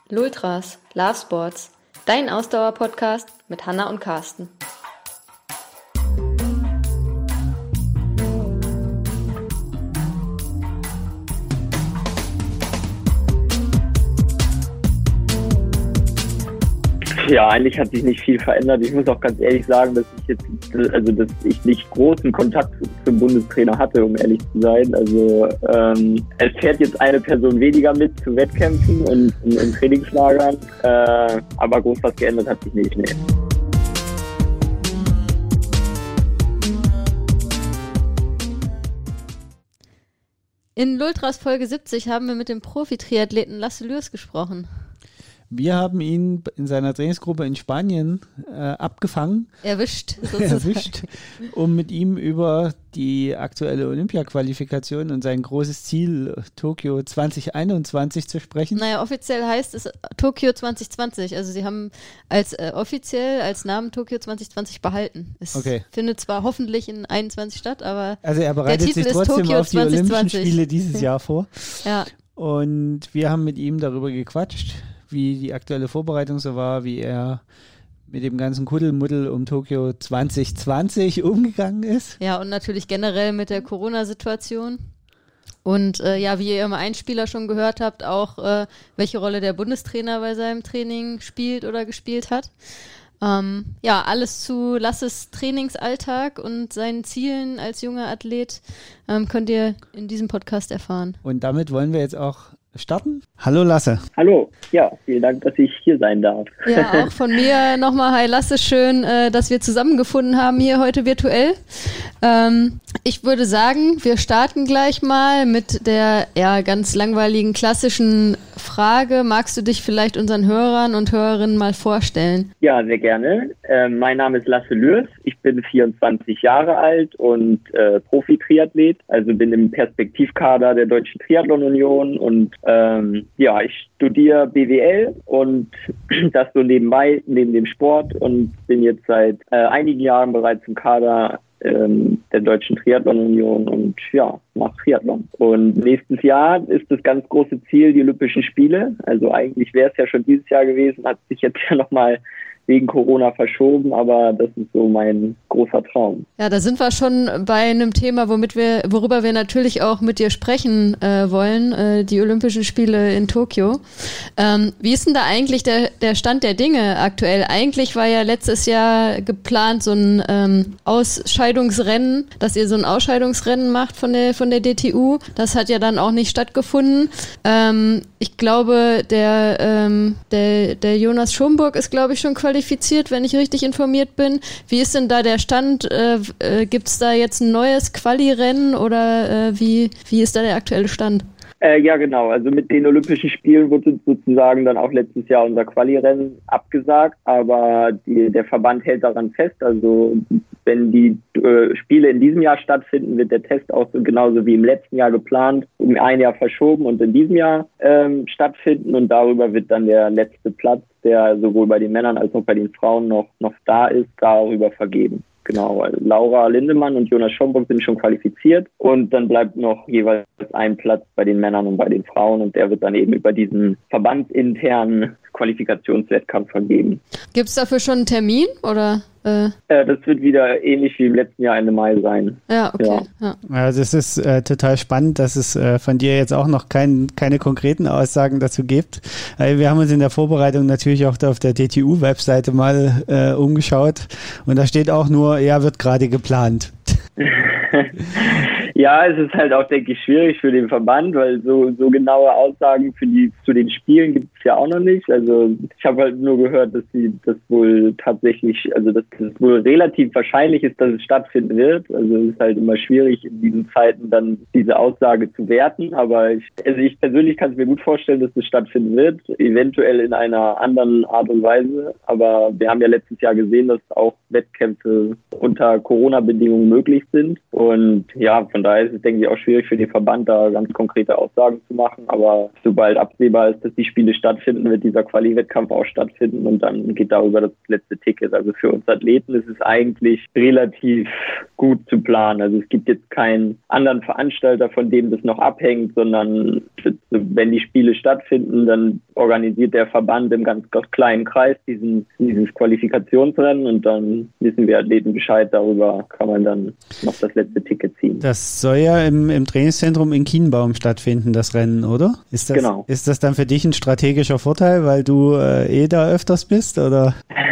Lultras, Love Sports, dein Ausdauer-Podcast mit Hanna und Carsten. Ja, eigentlich hat sich nicht viel verändert. Ich muss auch ganz ehrlich sagen, dass ich nicht großen Kontakt zum Bundestrainer hatte, um ehrlich zu sein. Also es fährt jetzt eine Person weniger mit zu Wettkämpfen und in Trainingslagern, aber groß was geändert hat sich nicht. Nee. In Lultras Folge 70 haben wir mit dem Profi-Triathleten Lasse Lührs gesprochen. Wir haben ihn in seiner Trainingsgruppe in Spanien abgefangen. Erwischt. Um mit ihm über die aktuelle Olympia-Qualifikation und sein großes Ziel Tokio 2021 zu sprechen. Naja, offiziell heißt es Tokio 2020. Also sie haben offiziell als Namen Tokio 2020 behalten. Es findet zwar hoffentlich in 21 statt, aber also er bereitet sich trotzdem auf die Olympischen Spiele dieses Jahr vor. Ja. Und wir haben mit ihm darüber gequatscht, wie die aktuelle Vorbereitung so war, wie er mit dem ganzen Kuddelmuddel um Tokio 2020 umgegangen ist. Ja, und natürlich generell mit der Corona-Situation. Und wie ihr im Einspieler schon gehört habt, auch welche Rolle der Bundestrainer bei seinem Training spielt oder gespielt hat. Alles zu Lasses Trainingsalltag und seinen Zielen als junger Athlet könnt ihr in diesem Podcast erfahren. Und damit wollen wir jetzt auch starten. Hallo Lasse. Hallo, ja, vielen Dank, dass ich hier sein darf. Ja, auch von mir nochmal hi Lasse, schön, dass wir zusammengefunden haben hier heute virtuell. Ich würde sagen, wir starten gleich mal mit der ganz langweiligen klassischen Frage. Magst du dich vielleicht unseren Hörern und Hörerinnen mal vorstellen? Ja, sehr gerne. Mein Name ist Lasse Lührs. Ich bin 24 Jahre alt und Profi-Triathlet. Also bin im Perspektivkader der Deutschen Triathlon-Union und ich studiere BWL und das so nebenbei, neben dem Sport und bin jetzt seit einigen Jahren bereits im Kader der Deutschen Triathlon-Union und mache Triathlon. Und nächstes Jahr ist das ganz große Ziel die Olympischen Spiele. Also eigentlich wäre es ja schon dieses Jahr gewesen, hat sich jetzt ja nochmal wegen Corona verschoben, aber das ist so mein großer Traum. Ja, da sind wir schon bei einem Thema, worüber wir natürlich auch mit dir sprechen wollen, die Olympischen Spiele in Tokio. Wie ist denn da eigentlich der Stand der Dinge aktuell? Eigentlich war ja letztes Jahr geplant so ein Ausscheidungsrennen, dass ihr so ein Ausscheidungsrennen macht von der DTU. Das hat ja dann auch nicht stattgefunden. Ich glaube, der Jonas Schomburg ist, glaube ich, schon qualifiziert, wenn ich richtig informiert bin. Wie ist denn da der Stand? Gibt es da jetzt ein neues Quali-Rennen oder wie ist da der aktuelle Stand? Ja, genau. Also mit den Olympischen Spielen wurde sozusagen dann auch letztes Jahr unser Quali-Rennen abgesagt, aber der Verband hält daran fest. Also wenn die Spiele in diesem Jahr stattfinden, wird der Test auch so genauso wie im letzten Jahr geplant, um ein Jahr verschoben und in diesem Jahr stattfinden und darüber wird dann der letzte Platz, der sowohl bei den Männern als auch bei den Frauen noch da ist, darüber vergeben. Genau, also Laura Lindemann und Jonas Schomburg sind schon qualifiziert und dann bleibt noch jeweils ein Platz bei den Männern und bei den Frauen und der wird dann eben über diesen verbandsinternen Qualifikationswettkampf vergeben. Gibt es dafür schon einen Termin oder? Das wird wieder ähnlich wie im letzten Jahr Ende Mai sein. Ja, okay. Ja. Also es ist total spannend, dass es von dir jetzt auch noch keine konkreten Aussagen dazu gibt. Wir haben uns in der Vorbereitung natürlich auch da auf der DTU-Webseite mal umgeschaut und da steht auch nur, wird gerade geplant. Ja, es ist halt auch, denke ich, schwierig für den Verband, weil so genaue Aussagen zu den Spielen gibt es ja auch noch nicht. Also ich habe halt nur gehört, dass das wohl tatsächlich, also dass es wohl relativ wahrscheinlich ist, dass es stattfinden wird. Also es ist halt immer schwierig in diesen Zeiten dann diese Aussage zu werten. Aber ich persönlich kann es mir gut vorstellen, dass es stattfinden wird, eventuell in einer anderen Art und Weise. Aber wir haben ja letztes Jahr gesehen, dass auch Wettkämpfe unter Corona-Bedingungen möglich sind. Und ja, von daher ist es, denke ich, auch schwierig für den Verband, da ganz konkrete Aussagen zu machen. Aber sobald absehbar ist, dass die Spiele stattfinden, wird dieser Quali-Wettkampf auch stattfinden und dann geht darüber das letzte Ticket. Also für uns Athleten ist es eigentlich relativ gut zu planen. Also es gibt jetzt keinen anderen Veranstalter, von dem das noch abhängt, sondern wenn die Spiele stattfinden, dann organisiert der Verband im ganz kleinen Kreis dieses Qualifikationsrennen und dann wissen wir Athleten Bescheid, darüber kann man dann noch das letzte Ticket ziehen. Das soll ja im Trainingszentrum in Kienbaum stattfinden, das Rennen, oder? Genau. Ist das dann für dich ein strategischer Vorteil, weil du da öfters bist, oder?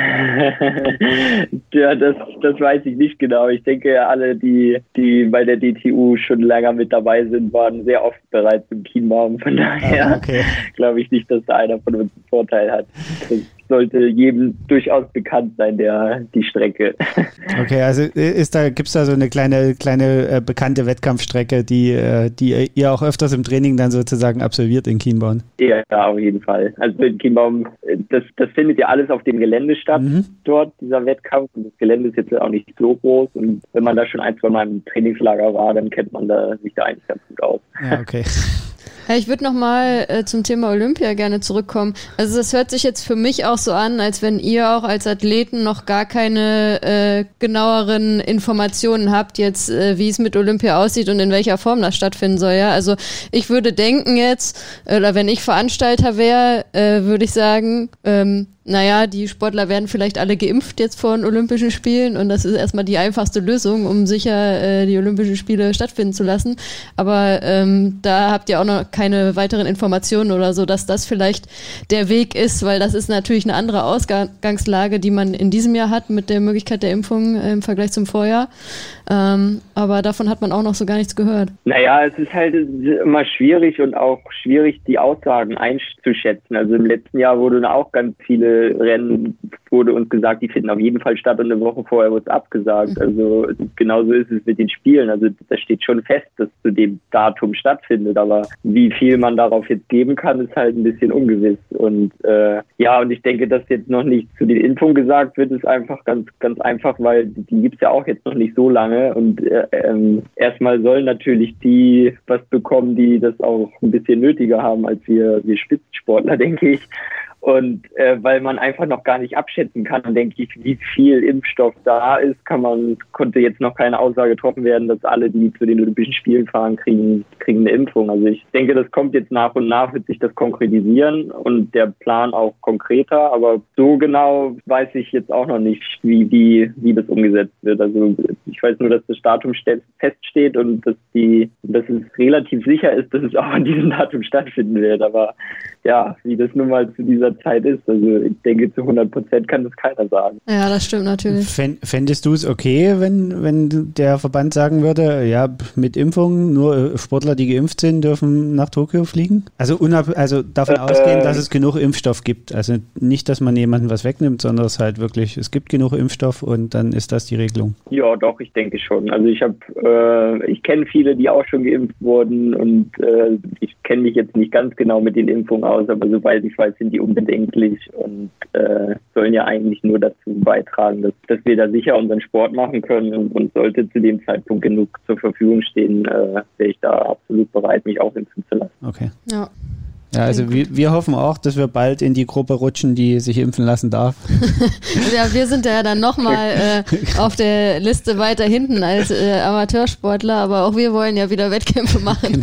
Ja, das weiß ich nicht genau. Ich denke, alle, die bei der DTU schon länger mit dabei sind, waren sehr oft bereits im Kienbaum. Von daher glaube ich nicht, dass da einer von uns einen Vorteil hat. Das sollte jedem durchaus bekannt sein, die Strecke. Okay, also gibt's da so eine kleine bekannte Wettkampfstrecke, die ihr auch öfters im Training dann sozusagen absolviert in Kienbaum? Ja, auf jeden Fall. Also in Kienbaum, das findet ja alles auf dem Gelände statt, dort, dieser Wettkampf. Und das Gelände ist jetzt auch nicht so groß. Und wenn man da schon 1-2 Mal im Trainingslager war, dann kennt man sich da eigentlich ganz gut aus. Ja, okay. Ja, ich würde nochmal zum Thema Olympia gerne zurückkommen. Also das hört sich jetzt für mich auch so an, als wenn ihr auch als Athleten noch gar keine genaueren Informationen habt jetzt, wie es mit Olympia aussieht und in welcher Form das stattfinden soll. Ja, also ich würde denken jetzt, oder wenn ich Veranstalter wäre, würde ich sagen, naja, die Sportler werden vielleicht alle geimpft jetzt vor den Olympischen Spielen und das ist erstmal die einfachste Lösung, um sicher die Olympischen Spiele stattfinden zu lassen. Aber da habt ihr auch noch keine weiteren Informationen oder so, dass das vielleicht der Weg ist, weil das ist natürlich eine andere Ausgangslage, die man in diesem Jahr hat mit der Möglichkeit der Impfung im Vergleich zum Vorjahr. Aber davon hat man auch noch so gar nichts gehört. Naja, es ist halt immer schwierig und auch schwierig, die Aussagen einzuschätzen. Also im letzten Jahr wurden auch ganz viele Rennen, wurde uns gesagt, die finden auf jeden Fall statt und eine Woche vorher wurde es abgesagt. Also genauso ist es mit den Spielen. Also das steht schon fest, dass zu dem Datum stattfindet, aber wie viel man darauf jetzt geben kann, ist halt ein bisschen ungewiss. Und und ich denke, dass jetzt noch nicht zu den Impfungen gesagt wird, ist einfach ganz, ganz einfach, weil die gibt's ja auch jetzt noch nicht so lange und erstmal sollen natürlich die was bekommen, die das auch ein bisschen nötiger haben als wir Spitzensportler, denke ich. Und weil man einfach noch gar nicht abschätzen kann, denke ich, wie viel Impfstoff da ist, konnte jetzt noch keine Aussage getroffen werden, dass alle, die zu den Olympischen Spielen fahren, kriegen eine Impfung. Also ich denke, das kommt jetzt nach und nach, wird sich das konkretisieren und der Plan auch konkreter. Aber so genau weiß ich jetzt auch noch nicht, wie das umgesetzt wird. Also ich weiß nur, dass das Datum feststeht und dass es relativ sicher ist, dass es auch an diesem Datum stattfinden wird. Aber ja, wie das nun mal zu dieser Zeit ist, also ich denke, zu 100% kann das keiner sagen. Ja, das stimmt natürlich. Fändest du es okay, wenn der Verband sagen würde, ja, mit Impfung, nur Sportler, die geimpft sind, dürfen nach Tokio fliegen? Also davon ausgehen, dass es genug Impfstoff gibt. Also nicht, dass man jemandem was wegnimmt, sondern es halt wirklich, es gibt genug Impfstoff und dann ist das die Regelung. Ja, doch, ich denke schon. Also ich kenne viele, die auch schon geimpft wurden und ich kenne mich jetzt nicht ganz genau mit den Impfungen aus, aber soweit ich weiß, sind die unbedenklich und sollen ja eigentlich nur dazu beitragen, dass wir da sicher unseren Sport machen können und sollte zu dem Zeitpunkt genug zur Verfügung stehen, wäre ich da absolut bereit, mich auch impfen zu lassen. Okay. Ja. Ja, also wir hoffen auch, dass wir bald in die Gruppe rutschen, die sich impfen lassen darf. Ja, wir sind ja dann nochmal auf der Liste weiter hinten als Amateursportler, aber auch wir wollen ja wieder Wettkämpfe machen.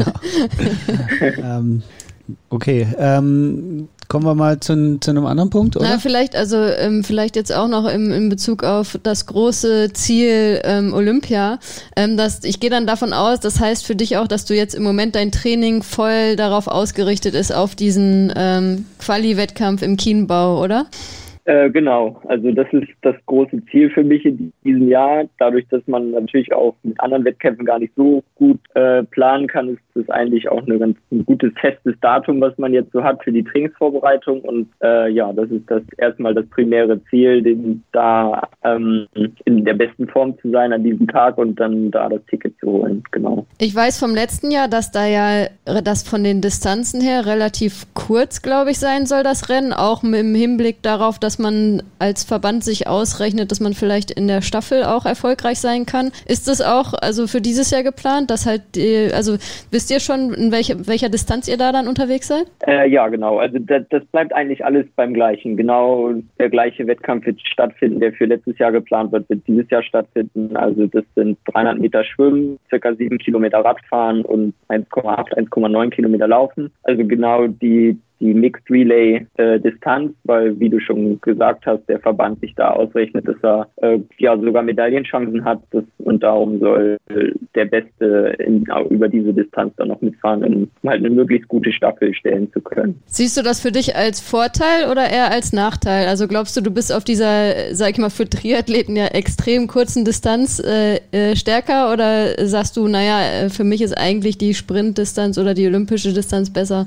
Genau. Okay, kommen wir mal zu einem anderen Punkt, oder? Na, vielleicht jetzt auch noch in Bezug auf das große Ziel Olympia. Ich gehe dann davon aus, das heißt für dich auch, dass du jetzt im Moment dein Training voll darauf ausgerichtet ist, auf diesen Quali-Wettkampf im Chiemgau, oder? Genau, also das ist das große Ziel für mich in diesem Jahr. Dadurch, dass man natürlich auch mit anderen Wettkämpfen gar nicht so gut planen kann, ist das eigentlich auch ein gutes festes Datum, was man jetzt so hat für die Trainingsvorbereitung. Und das ist erstmal das primäre Ziel, da in der besten Form zu sein an diesem Tag und dann da das Ticket zu holen. Genau. Ich weiß vom letzten Jahr, dass da ja das von den Distanzen her relativ kurz, glaube ich, sein soll, das Rennen, auch mit dem Hinblick darauf, dass man als Verband sich ausrechnet, dass man vielleicht in der Staffel auch erfolgreich sein kann. Ist das auch also für dieses Jahr geplant, dass halt, wisst ihr schon, in welcher Distanz ihr da dann unterwegs seid? Ja, genau. Also das bleibt eigentlich alles beim Gleichen. Genau der gleiche Wettkampf wird stattfinden, der für letztes Jahr geplant wird dieses Jahr stattfinden. Also das sind 300 Meter Schwimmen, circa 7 Kilometer Radfahren und 1,8, 1,9 Kilometer Laufen. Also genau die die Mixed Relay Distanz, weil, wie du schon gesagt hast, der Verband sich da ausrechnet, dass er sogar Medaillenchancen hat und darum soll der Beste über diese Distanz dann noch mitfahren, um halt eine möglichst gute Staffel stellen zu können. Siehst du das für dich als Vorteil oder eher als Nachteil? Also glaubst du bist auf dieser, sag ich mal, für Triathleten ja extrem kurzen Distanz stärker oder sagst du, naja, für mich ist eigentlich die Sprintdistanz oder die olympische Distanz besser?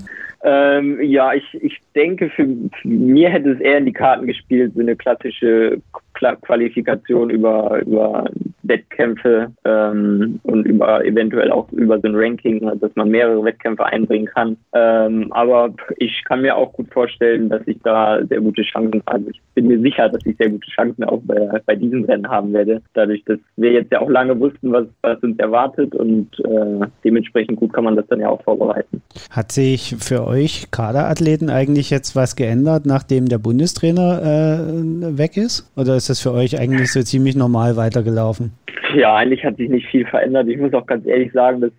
Ich denke, für mir hätte es eher in die Karten gespielt, so eine klassische Qualifikation über Wettkämpfe und eventuell auch über so ein Ranking, dass man mehrere Wettkämpfe einbringen kann. Aber ich kann mir auch gut vorstellen, dass ich da sehr gute Chancen habe. Ich bin mir sicher, dass ich sehr gute Chancen auch bei diesem Rennen haben werde. Dadurch, dass wir jetzt ja auch lange wussten, was uns erwartet und dementsprechend gut kann man das dann ja auch vorbereiten. Hat sich für euch Kaderathleten eigentlich jetzt was geändert, nachdem der Bundestrainer weg ist? Oder ist das für euch eigentlich so ziemlich normal weitergelaufen? Ja, eigentlich hat sich nicht viel verändert. Ich muss auch ganz ehrlich sagen, dass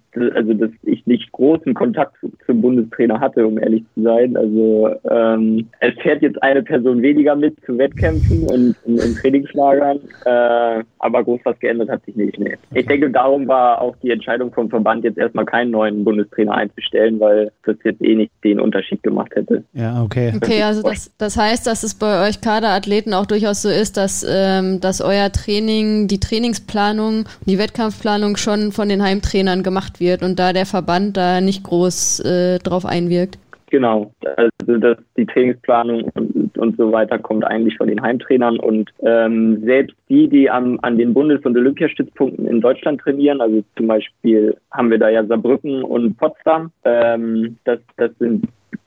ich nicht großen Kontakt zum Bundestrainer hatte, um ehrlich zu sein. Also es fährt jetzt eine Person weniger mit zu Wettkämpfen und in Trainingslagern, aber groß was geändert hat sich nicht. Nee. Ich denke, darum war auch die Entscheidung vom Verband, jetzt erstmal keinen neuen Bundestrainer einzustellen, weil das jetzt eh nicht den Unterschied gemacht hätte. Ja, okay. Okay, also das heißt, dass es bei euch Kaderathleten auch durchaus so ist, dass euer Training, die Trainingsplanung, die Wettkampfplanung schon von den Heimtrainern gemacht wird und da der Verband da nicht groß drauf einwirkt. Genau, also dass die Trainingsplanung und so weiter kommt eigentlich von den Heimtrainern und selbst die an den Bundes- und Olympiastützpunkten in Deutschland trainieren, also zum Beispiel haben wir da ja Saarbrücken und Potsdam, das sind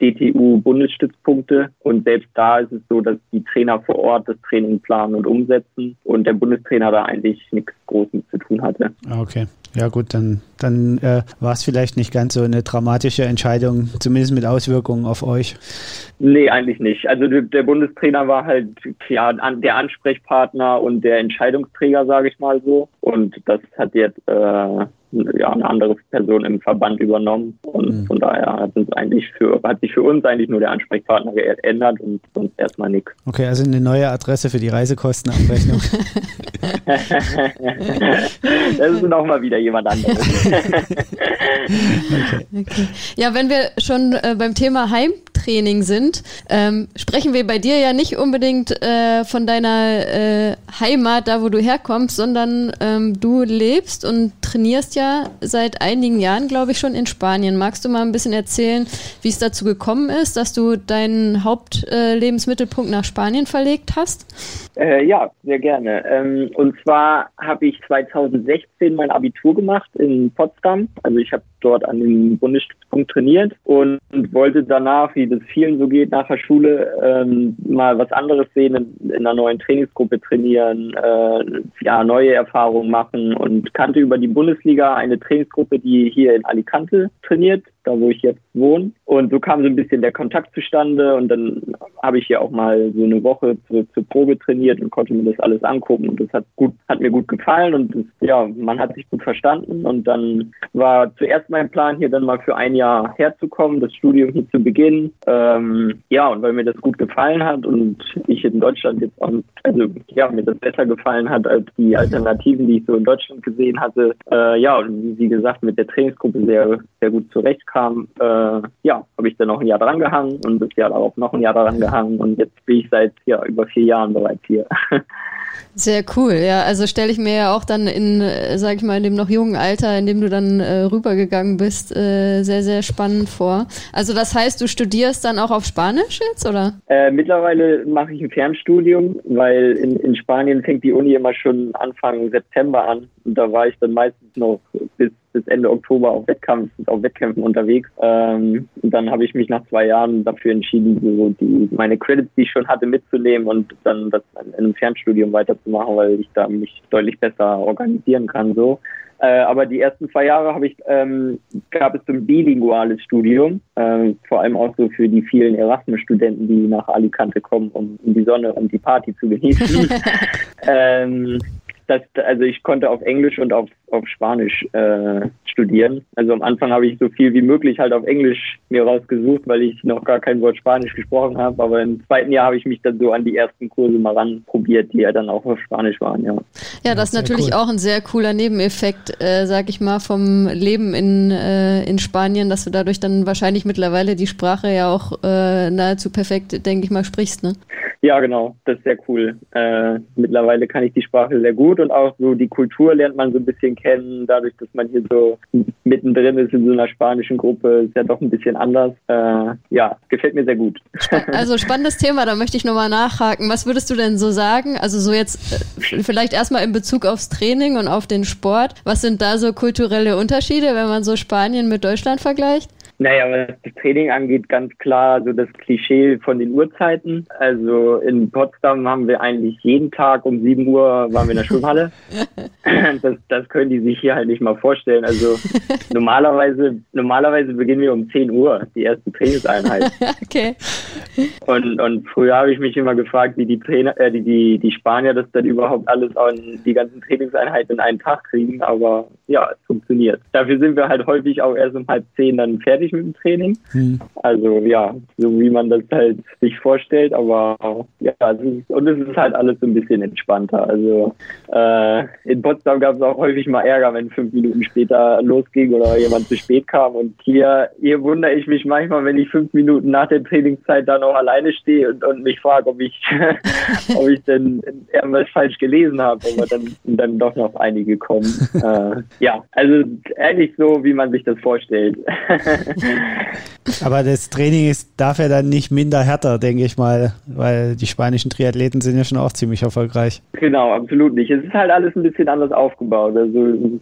DTU-Bundesstützpunkte und selbst da ist es so, dass die Trainer vor Ort das Training planen und umsetzen und der Bundestrainer da eigentlich nichts Großes zu tun hatte. Okay. Ja gut, dann war es vielleicht nicht ganz so eine dramatische Entscheidung, zumindest mit Auswirkungen auf euch. Nee, eigentlich nicht. Also der Bundestrainer war halt der Ansprechpartner und der Entscheidungsträger, sage ich mal so. Und das hat jetzt eine andere Person im Verband übernommen. Und von daher hat sich für uns eigentlich nur der Ansprechpartner geändert und sonst erstmal nichts. Okay, also eine neue Adresse für die Reisekostenabrechnung. Das ist nochmal wieder jemand anderes. Okay. Ja, wenn wir schon beim Thema Heimtraining sind, sprechen wir bei dir ja nicht unbedingt von deiner Heimat, da wo du herkommst, sondern du lebst und trainierst ja seit einigen Jahren, glaube ich, schon in Spanien. Magst du mal ein bisschen erzählen, wie es dazu gekommen ist, dass du deinen Hauptlebensmittelpunkt nach Spanien verlegt hast? Ja, sehr gerne. Und zwar habe ich 2016 mein Abitur gemacht in Potsdam. Also ich habe dort an dem Bundesstützpunkt trainiert und wollte danach, wie das vielen so geht, nach der Schule mal was anderes sehen, in einer neuen Trainingsgruppe trainieren, neue Erfahrungen machen und kannte über die Bundesliga eine Trainingsgruppe, die hier in Alicante trainiert, da wo ich jetzt wohne. Und so kam so ein bisschen der Kontakt zustande und dann habe ich hier auch mal so eine Woche zur Probe trainiert und konnte mir das alles angucken und das hat mir gut gefallen und man hat sich gut verstanden und dann war zuerst mein Plan, hier dann mal für ein Jahr herzukommen, das Studium hier zu beginnen. Und weil mir das gut gefallen hat und ich in Deutschland jetzt auch, mir das besser gefallen hat als die Alternativen, die ich so in Deutschland gesehen hatte. Und wie gesagt, mit der Trainingsgruppe sehr, sehr gut zurechtkam, habe ich dann noch ein Jahr dran gehangen und das Jahr darauf noch ein Jahr daran gehangen und jetzt bin ich seit über 4 Jahren bereits hier. Sehr cool, ja. Also stelle ich mir ja auch dann in dem noch jungen Alter, in dem du dann rübergegangen bist, sehr, sehr spannend vor. Also das heißt, du studierst dann auch auf Spanisch jetzt, oder? Mittlerweile mache ich ein Fernstudium, weil in Spanien fängt die Uni immer schon Anfang September an und da war ich dann meistens noch bis Ende Oktober auf Wettkämpfen unterwegs. Und dann habe ich mich nach 2 Jahren dafür entschieden, meine Credits, die ich schon hatte, mitzunehmen und dann das in einem Fernstudium weiterzumachen, weil ich da mich deutlich besser organisieren kann. So. Aber die ersten 2 Jahre gab es so ein bilinguales Studium, vor allem auch so für die vielen Erasmus-Studenten, die nach Alicante kommen, um die Sonne und die Party zu genießen. Ich konnte auf Englisch und auf auf Spanisch studieren. Also am Anfang habe ich so viel wie möglich halt auf Englisch mir rausgesucht, weil ich noch gar kein Wort Spanisch gesprochen habe. Aber im zweiten Jahr habe ich mich dann so an die ersten Kurse mal ranprobiert, die ja dann auch auf Spanisch waren, ja. Ja, das ist natürlich auch ein sehr cooler Nebeneffekt, sag ich mal, vom Leben in Spanien, dass du dadurch dann wahrscheinlich mittlerweile die Sprache ja auch nahezu perfekt, denke ich mal, sprichst, ne? Ja, genau, das ist sehr cool. Mittlerweile kann ich die Sprache sehr gut und auch so die Kultur lernt man so ein bisschen kennen, dadurch, dass man hier so mittendrin ist in so einer spanischen Gruppe, ist ja doch ein bisschen anders. Ja, gefällt mir sehr gut. Also spannendes Thema, da möchte ich nochmal nachhaken. Was würdest du denn so sagen? Also so jetzt vielleicht erstmal in Bezug aufs Training und auf den Sport. Was sind da so kulturelle Unterschiede, wenn man so Spanien mit Deutschland vergleicht? Naja, was das Training angeht, ganz klar so das Klischee von den Uhrzeiten. Also in Potsdam haben wir eigentlich jeden Tag um 7 Uhr waren wir in der Schwimmhalle. Das können die sich hier halt nicht mal vorstellen. Also normalerweise beginnen wir um 10 Uhr, die erste Trainingseinheit. Okay. Und früher habe ich mich immer gefragt, wie die Spanier das dann überhaupt alles die ganzen Trainingseinheiten in einen Tag kriegen. Aber ja, es funktioniert. Dafür sind wir halt häufig auch erst um 9:30 dann fertig mit dem Training. Also ja, so wie man das halt sich vorstellt, aber ja, es ist halt alles so ein bisschen entspannter. Also in Potsdam gab es auch häufig mal Ärger, wenn 5 Minuten später losging oder jemand zu spät kam. Und hier wundere ich mich manchmal, wenn ich 5 Minuten nach der Trainingszeit da noch alleine stehe und mich frage, ob ich denn irgendwas falsch gelesen habe, aber dann doch noch einige kommen. Ja, also ehrlich so, wie man sich das vorstellt. Aber das Training darf ja dann nicht minder härter, denke ich mal, weil die spanischen Triathleten sind ja schon auch ziemlich erfolgreich. Genau, absolut nicht. Es ist halt alles ein bisschen anders aufgebaut. Also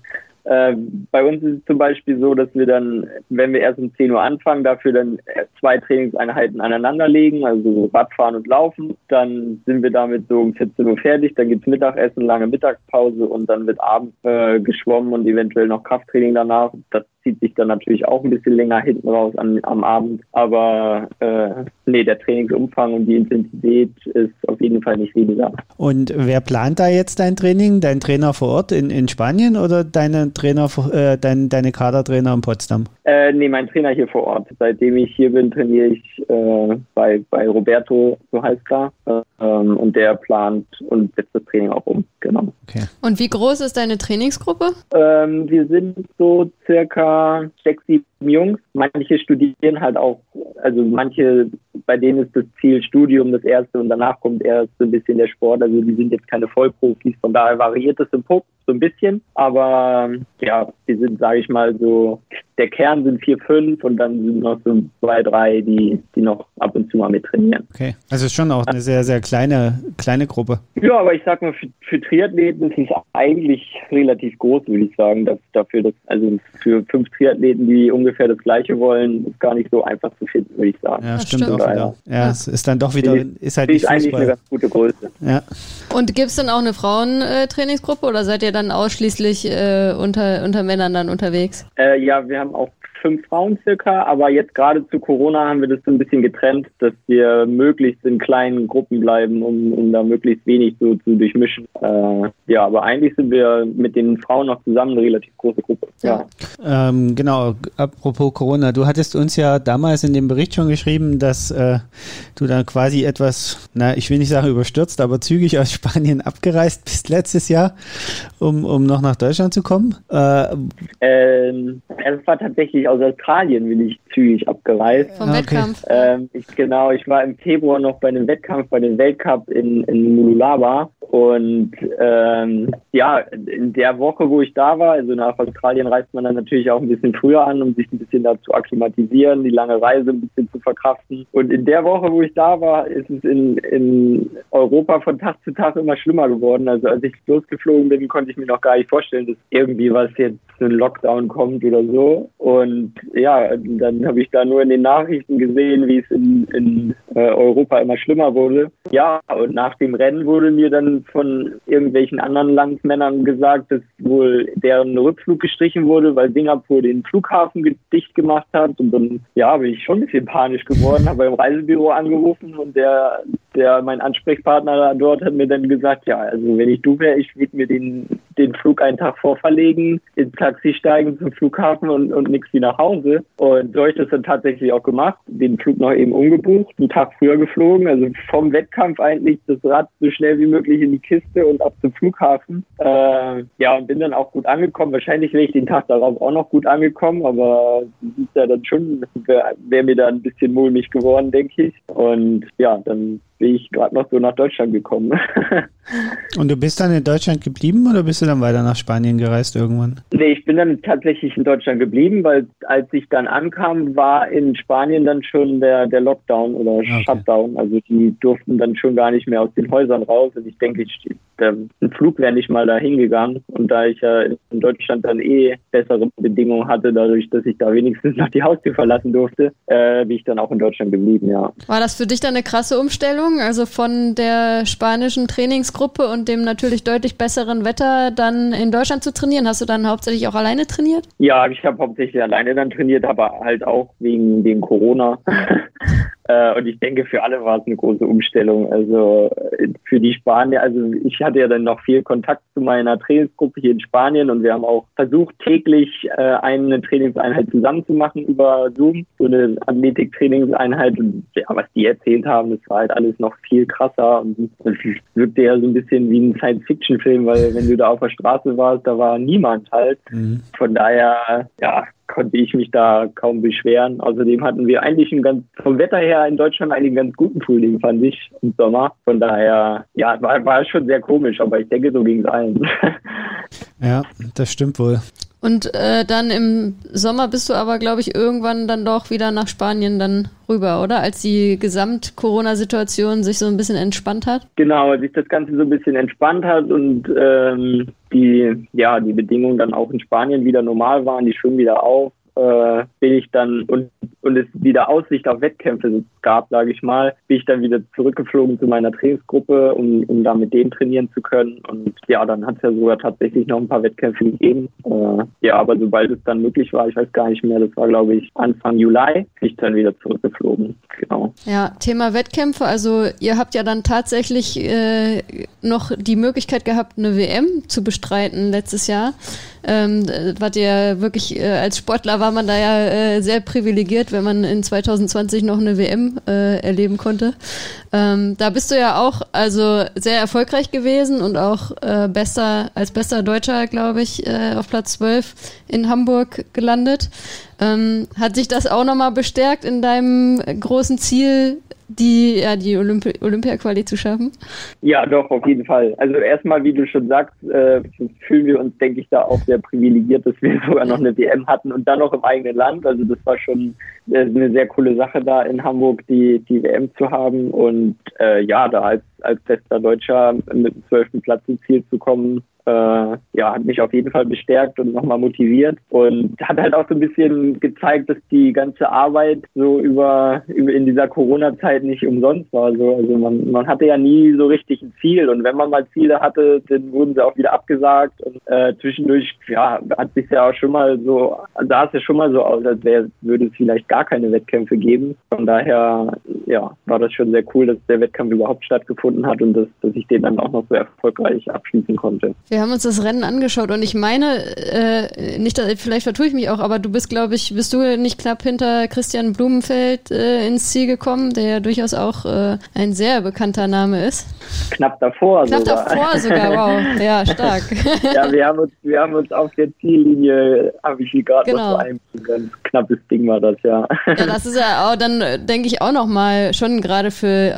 bei uns ist es zum Beispiel so, dass wir dann, wenn wir erst um 10 Uhr anfangen, dafür dann 2 Trainingseinheiten aneinander legen, also Radfahren und Laufen. Dann sind wir damit so um 14 Uhr fertig, dann gibt's Mittagessen, lange Mittagspause und dann wird abends geschwommen und eventuell noch Krafttraining danach. Das zieht sich dann natürlich auch ein bisschen länger hinten raus am Abend. Aber der Trainingsumfang und die Intensität ist auf jeden Fall nicht weniger. Und wer plant da jetzt dein Training? Dein Trainer vor Ort in Spanien oder deine Kadertrainer in Potsdam? Mein Trainer hier vor Ort. Seitdem ich hier bin, trainiere ich bei Roberto, so heißt er. Und der plant und setzt das Training auch um. Genau. Okay. Und wie groß ist deine Trainingsgruppe? Wir sind so circa 6, 7 Jungs. Manche studieren halt auch, also manche, bei denen ist das Ziel Studium das erste und danach kommt erst so ein bisschen der Sport. Also die sind jetzt keine Vollprofis, von daher variiert es im Puck so ein bisschen. Aber ja, wir sind, sage ich mal, so, der Kern sind 4, 5 und dann sind noch so 2, 3, die noch ab und zu mal mit trainieren. Okay, also schon auch eine sehr, sehr kleine Gruppe. Ja, aber ich sag mal, für Triathleten ist es eigentlich relativ groß, würde ich sagen. Also für 5 Triathleten, die ungefähr das Gleiche wollen, ist gar nicht so einfach zu finden, würde ich sagen. Ja, stimmt auch wieder. Ja, es ist dann doch wieder, ist halt nicht eigentlich eine ganz gute Größe. Ja. Und gibt es dann auch eine Frauentrainingsgruppe oder seid ihr dann ausschließlich unter Männern dann unterwegs? Ja, wir haben auch 5 Frauen circa, aber jetzt gerade zu Corona haben wir das so ein bisschen getrennt, dass wir möglichst in kleinen Gruppen bleiben, um da möglichst wenig so zu durchmischen. Ja, aber eigentlich sind wir mit den Frauen noch zusammen eine relativ große Gruppe. Ja. Genau, apropos Corona, du hattest uns ja damals in dem Bericht schon geschrieben, dass du dann quasi etwas, ich will nicht sagen überstürzt, aber zügig aus Spanien abgereist bist letztes Jahr, um noch nach Deutschland zu kommen. Es war tatsächlich aus Australien bin ich zügig abgereist. Vom Wettkampf? Ich war im Februar noch bei einem Wettkampf, bei dem Weltcup in Mululaba und in der Woche, wo ich da war, also nach Australien reist man dann natürlich auch ein bisschen früher an, um sich ein bisschen da zu akklimatisieren, die lange Reise ein bisschen zu verkraften. Und in der Woche, wo ich da war, ist es in Europa von Tag zu Tag immer schlimmer geworden. Also als ich losgeflogen bin, konnte ich mir noch gar nicht vorstellen, dass irgendwie was jetzt ein Lockdown kommt oder so. Und ja, dann habe ich da nur in den Nachrichten gesehen, wie es in Europa immer schlimmer wurde. Ja, und nach dem Rennen wurde mir dann von irgendwelchen anderen Landsmännern gesagt, dass wohl deren Rückflug gestrichen wurde, weil Singapur den Flughafen dicht gemacht hat. Und dann, bin ich schon ein bisschen panisch geworden, habe beim Reisebüro angerufen und mein Ansprechpartner dort hat mir dann gesagt, also wenn ich du wäre, ich würde mir den Flug einen Tag vorverlegen, ins Taxi steigen zum Flughafen und nichts wie nach Hause. Und so habe ich das dann tatsächlich auch gemacht, den Flug noch eben umgebucht, einen Tag früher geflogen, also vom Wettkampf eigentlich das Rad so schnell wie möglich in die Kiste und ab zum Flughafen. Und bin dann auch gut angekommen. Wahrscheinlich wäre ich den Tag darauf auch noch gut angekommen, aber das ist ja dann schon, wäre mir da ein bisschen mulmig geworden, denke ich. Und ja, dann bin ich gerade noch so nach Deutschland gekommen. Und du bist dann in Deutschland geblieben oder bist du dann weiter nach Spanien gereist irgendwann? Nee, ich bin dann tatsächlich in Deutschland geblieben, weil als ich dann ankam, war in Spanien dann schon der Lockdown oder Shutdown. Also die durften dann schon gar nicht mehr aus den Häusern raus. Und ich denke, ein Flug wäre nicht mal da hingegangen. Und da ich ja in Deutschland dann bessere Bedingungen hatte, dadurch, dass ich da wenigstens noch die Haustür verlassen durfte, bin ich dann auch in Deutschland geblieben, ja. War das für dich dann eine krasse Umstellung? Also von der spanischen Trainingsgruppe und dem natürlich deutlich besseren Wetter dann in Deutschland zu trainieren? Hast du dann hauptsächlich auch alleine trainiert? Ja, ich habe hauptsächlich alleine dann trainiert, aber halt auch wegen Corona. Und ich denke, für alle war es eine große Umstellung. Also für die Spanier, also ich hatte ja dann noch viel Kontakt zu meiner Trainingsgruppe hier in Spanien und wir haben auch versucht, täglich eine Trainingseinheit zusammen zu machen über Zoom, so eine Athletik-Trainingseinheit. Und ja, was die erzählt haben, das war halt alles noch viel krasser und das wirkte ja so ein bisschen wie ein Science-Fiction-Film, weil wenn du da auf der Straße warst, da war niemand halt. Mhm. Von daher, ja, konnte ich mich da kaum beschweren. Außerdem hatten wir eigentlich vom Wetter her in Deutschland einen ganz guten Frühling, fand ich, im Sommer. Von daher, ja, war schon sehr komisch, aber ich denke, so ging es allen. Ja, das stimmt wohl. Und dann im Sommer bist du aber, glaube ich, irgendwann dann doch wieder nach Spanien dann rüber, oder? Als die Gesamt-Corona-Situation sich so ein bisschen entspannt hat? Genau, als sich das Ganze so ein bisschen entspannt hat und die Bedingungen dann auch in Spanien wieder normal waren, die schwimmen wieder auf, bin ich dann und es wieder Aussicht auf Wettkämpfe gab, sage ich mal, bin ich dann wieder zurückgeflogen zu meiner Trainingsgruppe, um da mit denen trainieren zu können. Und ja, dann hat es ja sogar tatsächlich noch ein paar Wettkämpfe gegeben. Aber sobald es dann möglich war, ich weiß gar nicht mehr, das war, glaube ich, Anfang Juli, bin ich dann wieder zurückgeflogen. Genau. Ja, Thema Wettkämpfe, also ihr habt ja dann tatsächlich noch die Möglichkeit gehabt, eine WM zu bestreiten letztes Jahr. Wart ihr wirklich, als Sportler war man da ja sehr privilegiert, wenn man in 2020 noch eine WM erleben konnte. Da bist du ja auch also sehr erfolgreich gewesen und auch als bester Deutscher, glaube ich, auf Platz 12 in Hamburg gelandet. Hat sich das auch nochmal bestärkt in deinem großen Ziel, die Olympia-Quali zu schaffen? Ja, doch, auf jeden Fall. Also erstmal, wie du schon sagst, fühlen wir uns, denke ich, da auch sehr privilegiert, dass wir sogar noch eine WM hatten und dann noch im eigenen Land. Also das war schon eine sehr coole Sache, da in Hamburg die WM zu haben und da als bester Deutscher mit dem 12. Platz ins Ziel zu kommen, hat mich auf jeden Fall bestärkt und nochmal motiviert und hat halt auch so ein bisschen gezeigt, dass die ganze Arbeit so über in dieser Corona-Zeit nicht umsonst war. So, also man hatte ja nie so richtig ein Ziel und wenn man mal Ziele hatte, dann wurden sie auch wieder abgesagt und zwischendurch hat sich ja auch schon mal so, sah es ja schon mal so aus, als würde es vielleicht gar keine Wettkämpfe geben. Von daher war das schon sehr cool, dass der Wettkampf überhaupt stattgefunden hat und dass ich den dann auch noch so erfolgreich abschließen konnte. Wir haben uns das Rennen angeschaut und ich meine, vielleicht vertue ich mich auch, aber du bist, glaube ich, nicht knapp hinter Christian Blumenfeld ins Ziel gekommen, der ja durchaus auch ein sehr bekannter Name ist. Knapp davor sogar, wow. Ja, stark. Ja, wir haben uns auf der Ziellinie, habe ich hier gerade noch so ein ganz knappes Ding war das, ja. Ja, das ist ja auch, dann denke ich auch nochmal, schon gerade für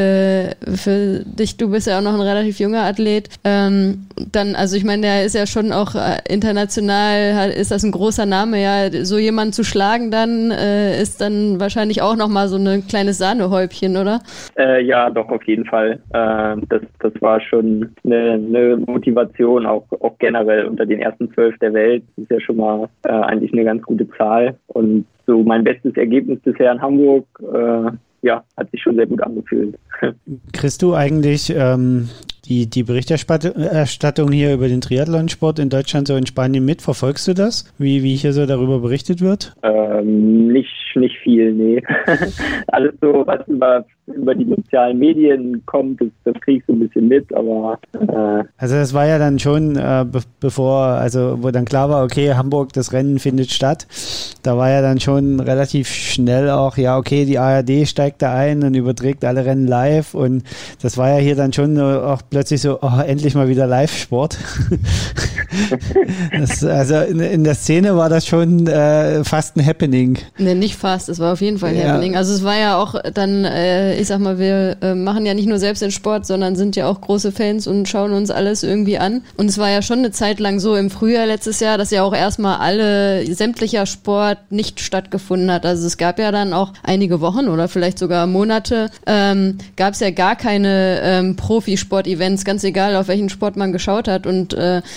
dich, du bist ja auch noch ein relativ junger Athlet, dann, also ich meine, der ist ja schon auch international, ist das ein großer Name, ja, so jemanden zu schlagen dann, ist dann wahrscheinlich auch nochmal so ein kleines Sahnehäubchen, oder? Ja, doch, auf jeden Fall. Das war schon eine Motivation, auch generell unter den ersten 12 der Welt. Das ist ja schon mal eigentlich eine ganz gute Zahl. Und so mein bestes Ergebnis bisher in Hamburg, hat sich schon sehr gut angefühlt. Kriegst du eigentlich die Berichterstattung hier über den Triathlonsport in Deutschland so in Spanien mit? Verfolgst du das? Wie hier so darüber berichtet wird? Nicht viel, nee. Alles so, was über über die sozialen Medien kommt, das kriegst du ein bisschen mit, aber also das war ja dann schon, wo dann klar war, okay, Hamburg, das Rennen findet statt, da war ja dann schon relativ schnell auch, ja okay, die ARD steigt da ein und überträgt alle Rennen live und das war ja hier dann schon auch plötzlich so, oh, endlich mal wieder Live-Sport. Also in der Szene war das schon fast ein Happening. Ne, nicht fast, es war auf jeden Fall ein Happening. Also es war ja auch dann, ich sag mal, wir machen ja nicht nur selbst den Sport, sondern sind ja auch große Fans und schauen uns alles irgendwie an. Und es war ja schon eine Zeit lang so im Frühjahr letztes Jahr, dass ja auch erstmal sämtlicher Sport nicht stattgefunden hat. Also es gab ja dann auch einige Wochen oder vielleicht sogar Monate, gab es ja gar keine Profisport-Events, ganz egal, auf welchen Sport man geschaut hat. Und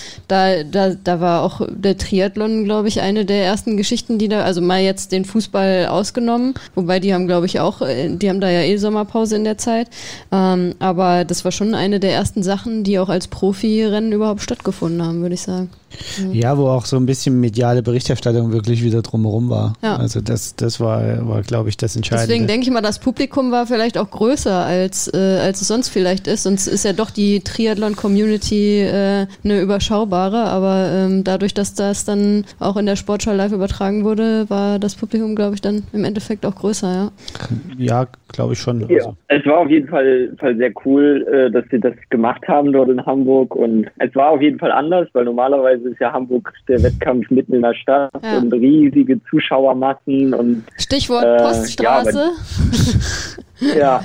da war auch der Triathlon, glaube ich, eine der ersten Geschichten, also mal jetzt den Fußball ausgenommen, wobei die haben, glaube ich, die haben da ja Sommerpause in der Zeit, aber das war schon eine der ersten Sachen, die auch als Profirennen überhaupt stattgefunden haben, würde ich sagen. Ja, wo auch so ein bisschen mediale Berichterstattung wirklich wieder drumherum war. Ja. Also das war, glaube ich, das Entscheidende. Deswegen denke ich mal, das Publikum war vielleicht auch größer, als es sonst vielleicht ist. Sonst ist ja doch die Triathlon-Community eine überschaubare, aber dadurch, dass das dann auch in der Sportschau live übertragen wurde, war das Publikum, glaube ich, dann im Endeffekt auch größer, ja. Ja, glaube ich schon. Ja, also. Es war auf jeden Fall sehr cool, dass sie das gemacht haben dort in Hamburg und es war auf jeden Fall anders, weil normalerweise ist ja Hamburg der Wettkampf mitten in der Stadt und riesige Zuschauermassen und Stichwort Poststraße. Ja,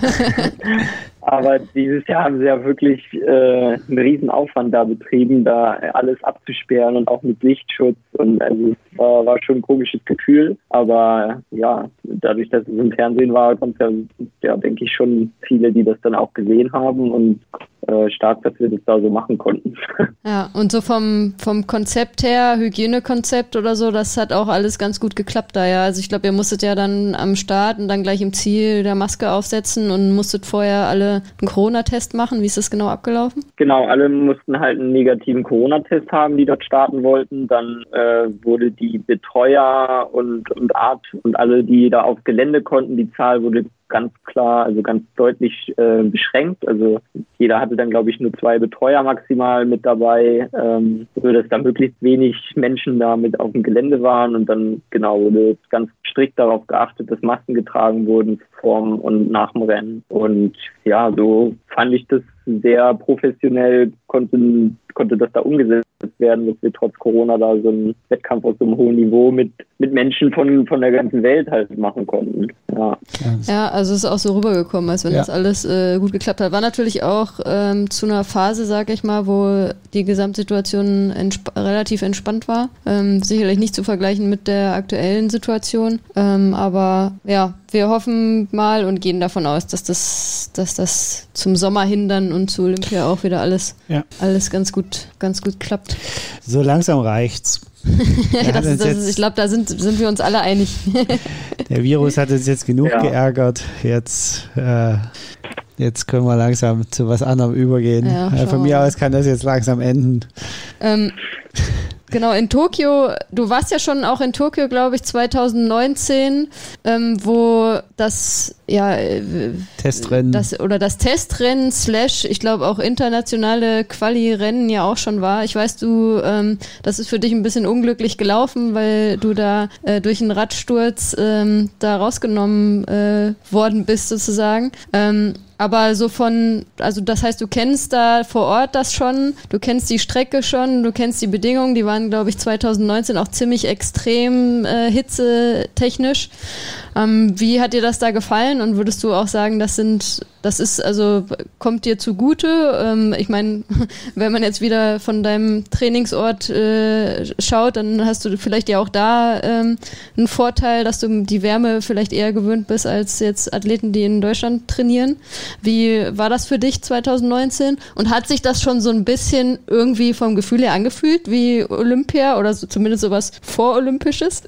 aber dieses Jahr haben sie ja wirklich einen riesen Aufwand da betrieben, da alles abzusperren und auch mit Sichtschutz und also es war schon ein komisches Gefühl, aber ja, dadurch, dass es im Fernsehen war, kommt ja, denke ich, schon viele, die das dann auch gesehen haben und stark, dass wir das da so machen konnten. Ja, und so vom Konzept her, Hygienekonzept oder so, das hat auch alles ganz gut geklappt da, ja. Also ich glaube, ihr musstet ja dann am Start und dann gleich im Ziel der Maske aufsetzen und musstet vorher alle einen Corona-Test machen. Wie ist das genau abgelaufen? Genau, alle mussten halt einen negativen Corona-Test haben, die dort starten wollten. Dann wurde die Betreuer und Arzt und alle, die da aufs Gelände konnten, die Zahl wurde ganz klar, also ganz deutlich beschränkt. Also jeder hatte dann, glaube ich, nur 2 Betreuer maximal mit dabei, so dass da möglichst wenig Menschen da mit auf dem Gelände waren. Und dann genau wurde ganz strikt darauf geachtet, dass Masken getragen wurden vorm und nach dem Rennen. Und ja, so fand ich das sehr professionell, konnte das da umgesetzt werden, dass wir trotz Corona da so einen Wettkampf auf so einem hohen Niveau mit Menschen von der ganzen Welt halt machen konnten. Ja, also es ist auch so rübergekommen, als wenn das alles gut geklappt hat. War natürlich auch zu einer Phase, sage ich mal, wo die Gesamtsituation relativ entspannt war. Sicherlich nicht zu vergleichen mit der aktuellen Situation, aber ja, wir hoffen mal und gehen davon aus, dass das zum Sommer hin dann und zu Olympia auch wieder alles ganz gut klappt. So langsam reicht's. Ich glaube, da sind wir uns alle einig. Der Virus hat uns jetzt genug geärgert. Jetzt können wir langsam zu was anderem übergehen. Ja, von mir aus kann das jetzt langsam enden. Genau, in Tokio, du warst ja schon auch in Tokio, glaube ich, 2019, wo das Testrennen. Das Testrennen / ich glaube auch internationale Quali-Rennen ja auch schon war. Ich weiß, das ist für dich ein bisschen unglücklich gelaufen, weil du da durch einen Radsturz da rausgenommen worden bist sozusagen. Aber so also das heißt, du kennst da vor Ort das schon, du kennst die Strecke schon, du kennst die Bedingungen, die waren, glaube ich, 2019 auch ziemlich extrem hitzetechnisch. Wie hat dir das da gefallen und würdest du auch sagen, kommt dir zugute? Ich meine, wenn man jetzt wieder von deinem Trainingsort schaut, dann hast du vielleicht ja auch da einen Vorteil, dass du die Wärme vielleicht eher gewöhnt bist als jetzt Athleten, die in Deutschland trainieren. Wie war das für dich 2019? Und hat sich das schon so ein bisschen irgendwie vom Gefühl her angefühlt wie Olympia oder so, zumindest sowas Vorolympisches?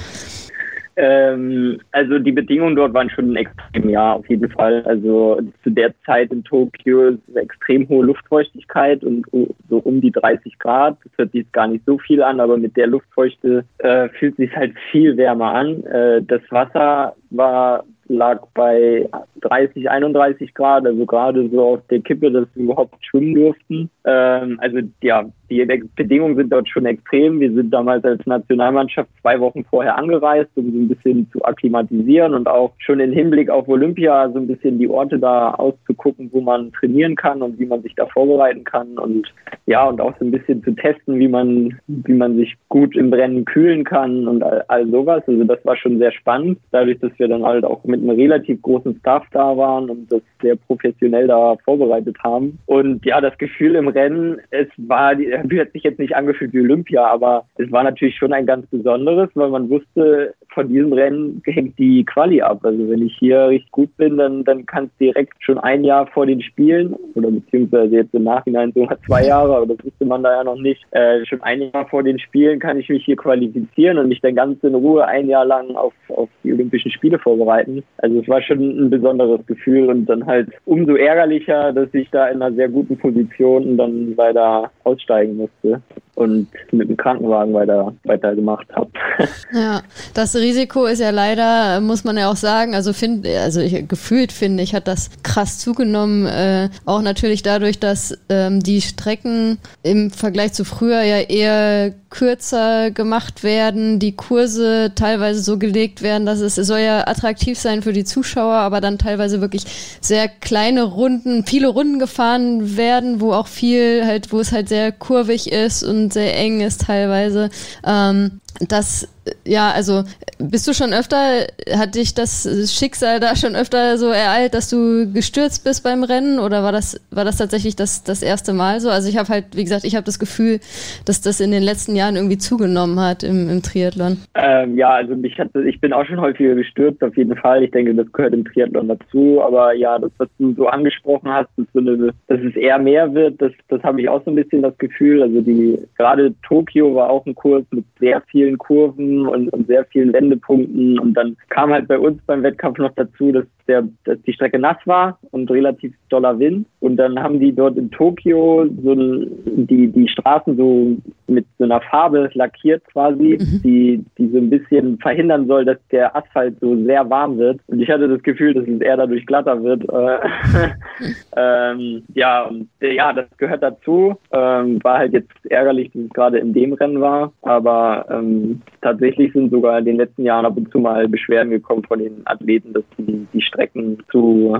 Also die Bedingungen dort waren schon extrem, ja, auf jeden Fall. Also zu der Zeit in Tokio ist extrem hohe Luftfeuchtigkeit und so um die 30 Grad. Das hört sich jetzt gar nicht so viel an, aber mit der Luftfeuchte fühlt sich halt viel wärmer an. Das Wasser war lag bei 30, 31 Grad, also gerade so auf der Kippe, dass wir überhaupt schwimmen durften. Also ja, die Bedingungen sind dort schon extrem. Wir sind damals als Nationalmannschaft 2 Wochen vorher angereist, um so ein bisschen zu akklimatisieren und auch schon im Hinblick auf Olympia so ein bisschen die Orte da auszugucken, wo man trainieren kann und wie man sich da vorbereiten kann und ja, und auch so ein bisschen zu testen, wie man sich gut im Rennen kühlen kann und all sowas. Also das war schon sehr spannend, dadurch, dass wir dann halt auch mit einem relativ großen Staff da waren und das sehr professionell da vorbereitet haben. Und ja, das Gefühl im Rennen, hat sich jetzt nicht angefühlt wie Olympia, aber es war natürlich schon ein ganz besonderes, weil man wusste, von diesem Rennen hängt die Quali ab. Also wenn ich hier richtig gut bin, dann kann es direkt schon ein Jahr vor den Spielen oder beziehungsweise jetzt im Nachhinein sogar 2 Jahre, aber das wusste man da ja noch nicht. Schon ein Jahr vor den Spielen kann ich mich hier qualifizieren und mich dann ganz in Ruhe ein Jahr lang auf die Olympischen Spiele vorbereiten. Also es war schon ein besonderes Gefühl und dann halt umso ärgerlicher, dass ich da in einer sehr guten Position dann leider aussteigen musste und mit dem Krankenwagen weiter gemacht habe. Ja, das Risiko ist ja leider, muss man ja auch sagen, gefühlt finde ich, hat das krass zugenommen, auch natürlich dadurch, dass die Strecken im Vergleich zu früher ja eher kürzer gemacht werden, die Kurse teilweise so gelegt werden, dass es soll ja attraktiv sein für die Zuschauer, aber dann teilweise wirklich sehr kleine Runden, viele Runden gefahren werden, wo es halt sehr kurvig ist und sehr eng ist teilweise. Bist du schon öfter, hat dich das Schicksal da schon öfter so ereilt, dass du gestürzt bist beim Rennen oder war das tatsächlich das erste Mal so? Also ich habe halt, wie gesagt, das Gefühl, dass das in den letzten Jahren irgendwie zugenommen hat im Triathlon. Ich bin auch schon häufiger gestürzt, auf jeden Fall. Ich denke, das gehört im Triathlon dazu, aber ja, das, was du so angesprochen hast, dass es eher mehr wird, das habe ich auch so ein bisschen das Gefühl. Also gerade Tokio war auch ein Kurs mit sehr vielen Kurven und sehr vielen Wendepunkten und dann kam halt bei uns beim Wettkampf noch dazu, dass die Strecke nass war und relativ doller Wind und dann haben die dort in Tokio die Straßen so mit so einer Farbe lackiert quasi, die so ein bisschen verhindern soll, dass der Asphalt so sehr warm wird und ich hatte das Gefühl, dass es eher dadurch glatter wird. Das gehört dazu. War halt jetzt ärgerlich, dass es gerade in dem Rennen war, aber tatsächlich sind sogar in den letzten Jahren ab und zu mal Beschwerden gekommen von den Athleten, dass die Strecken zu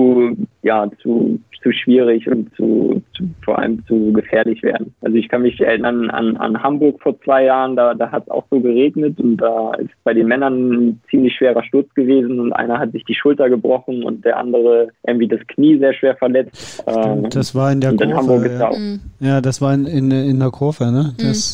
schwierig und vor allem zu gefährlich werden. Also ich kann mich erinnern an Hamburg vor 2 Jahren, da hat es auch so geregnet und da ist bei den Männern ein ziemlich schwerer Sturz gewesen und einer hat sich die Schulter gebrochen und der andere irgendwie das Knie sehr schwer verletzt. Stimmt, das war in der Kurve. Hamburg ist auch. Ja, das war in der Kurve, ne?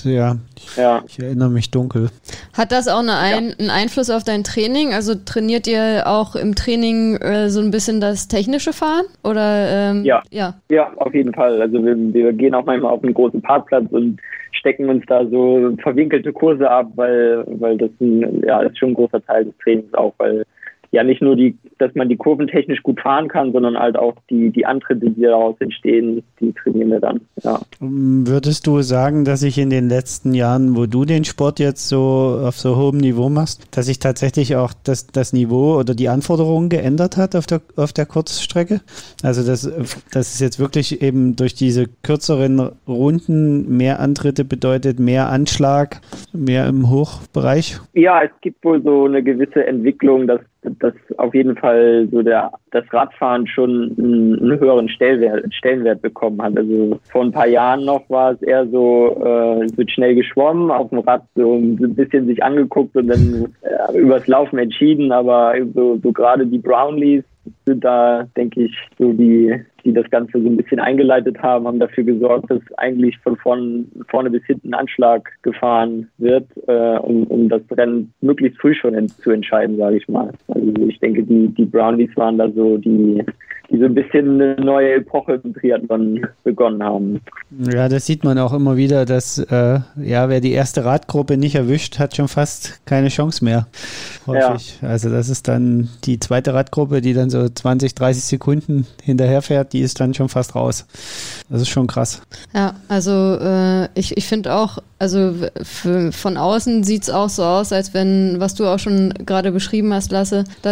Ich erinnere mich dunkel. Hat das auch einen Einfluss auf dein Training? Also trainiert ihr auch im Training so ein bisschen das technische Fahren? Oder Ja, auf jeden Fall. Also wir gehen auch manchmal auf einen großen Parkplatz und stecken uns da so verwinkelte Kurse ab, weil das ist schon ein großer Teil des Trainings auch, weil ja nicht nur dass man die Kurven technisch gut fahren kann, sondern halt auch die Antritte, die daraus entstehen, die trainieren wir dann. Ja. Würdest du sagen, dass sich in den letzten Jahren, wo du den Sport jetzt so auf so hohem Niveau machst, dass sich tatsächlich auch das Niveau oder die Anforderungen geändert hat auf der Kurzstrecke? Also dass es jetzt wirklich eben durch diese kürzeren Runden mehr Antritte bedeutet, mehr Anschlag, mehr im Hochbereich? Ja, es gibt wohl so eine gewisse Entwicklung, dass auf jeden Fall so das Radfahren schon einen höheren Stellenwert bekommen hat. Also vor ein paar Jahren noch war es eher so, es wird schnell geschwommen, auf dem Rad so ein bisschen sich angeguckt und dann übers Laufen entschieden, aber so gerade die Brownlees sind da, denke ich, so die das Ganze so ein bisschen eingeleitet haben dafür gesorgt, dass eigentlich von vorne bis hinten Anschlag gefahren wird, um das Rennen möglichst früh schon zu entscheiden, sage ich mal. Also ich denke, die Brownlees waren da so die so ein bisschen eine neue Epoche im Triathlon begonnen haben. Ja, das sieht man auch immer wieder, dass wer die erste Radgruppe nicht erwischt, hat schon fast keine Chance mehr. Häufig. Ja. Also das ist dann die zweite Radgruppe, die dann so 20, 30 Sekunden hinterherfährt, die ist dann schon fast raus. Das ist schon krass. Ja, also ich finde auch, also von außen sieht es auch so aus, als wenn, was du auch schon gerade beschrieben hast, Lasse, dass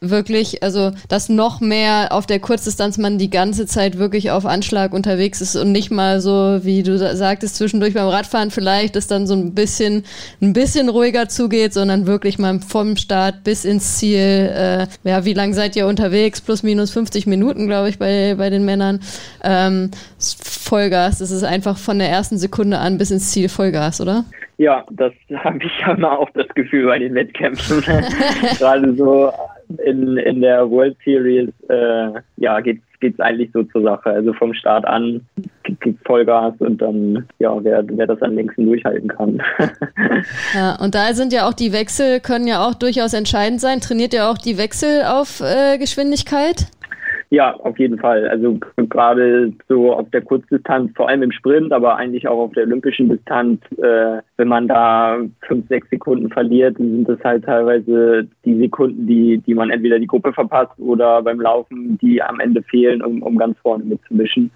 wirklich, also dass noch mehr auf der Kurzdistanz man die ganze Zeit wirklich auf Anschlag unterwegs ist und nicht mal so, wie du sagtest, zwischendurch beim Radfahren vielleicht es dann so ein bisschen ruhiger zugeht, sondern wirklich mal vom Start bis ins Ziel. Wie lang seid ihr unterwegs? Plus minus 50 Minuten, glaube ich, bei den Männern. Vollgas, das ist einfach von der ersten Sekunde an bis ins Ziel Vollgas, oder? Ja, das habe ich immer auch das Gefühl bei den Wettkämpfen. Gerade so in der World Series geht's eigentlich so zur Sache. Also vom Start an gibt Vollgas und dann, wer das am längsten durchhalten kann. Ja, und da sind ja auch die Wechsel, können ja auch durchaus entscheidend sein. Trainiert ihr auch die Wechsel auf Geschwindigkeit? Ja, auf jeden Fall. Also gerade so auf der Kurzdistanz, vor allem im Sprint, aber eigentlich auch auf der olympischen Distanz, wenn man da 5-6 Sekunden verliert, dann sind das halt teilweise die Sekunden, die man entweder die Gruppe verpasst oder beim Laufen, die am Ende fehlen, um ganz vorne mitzumischen.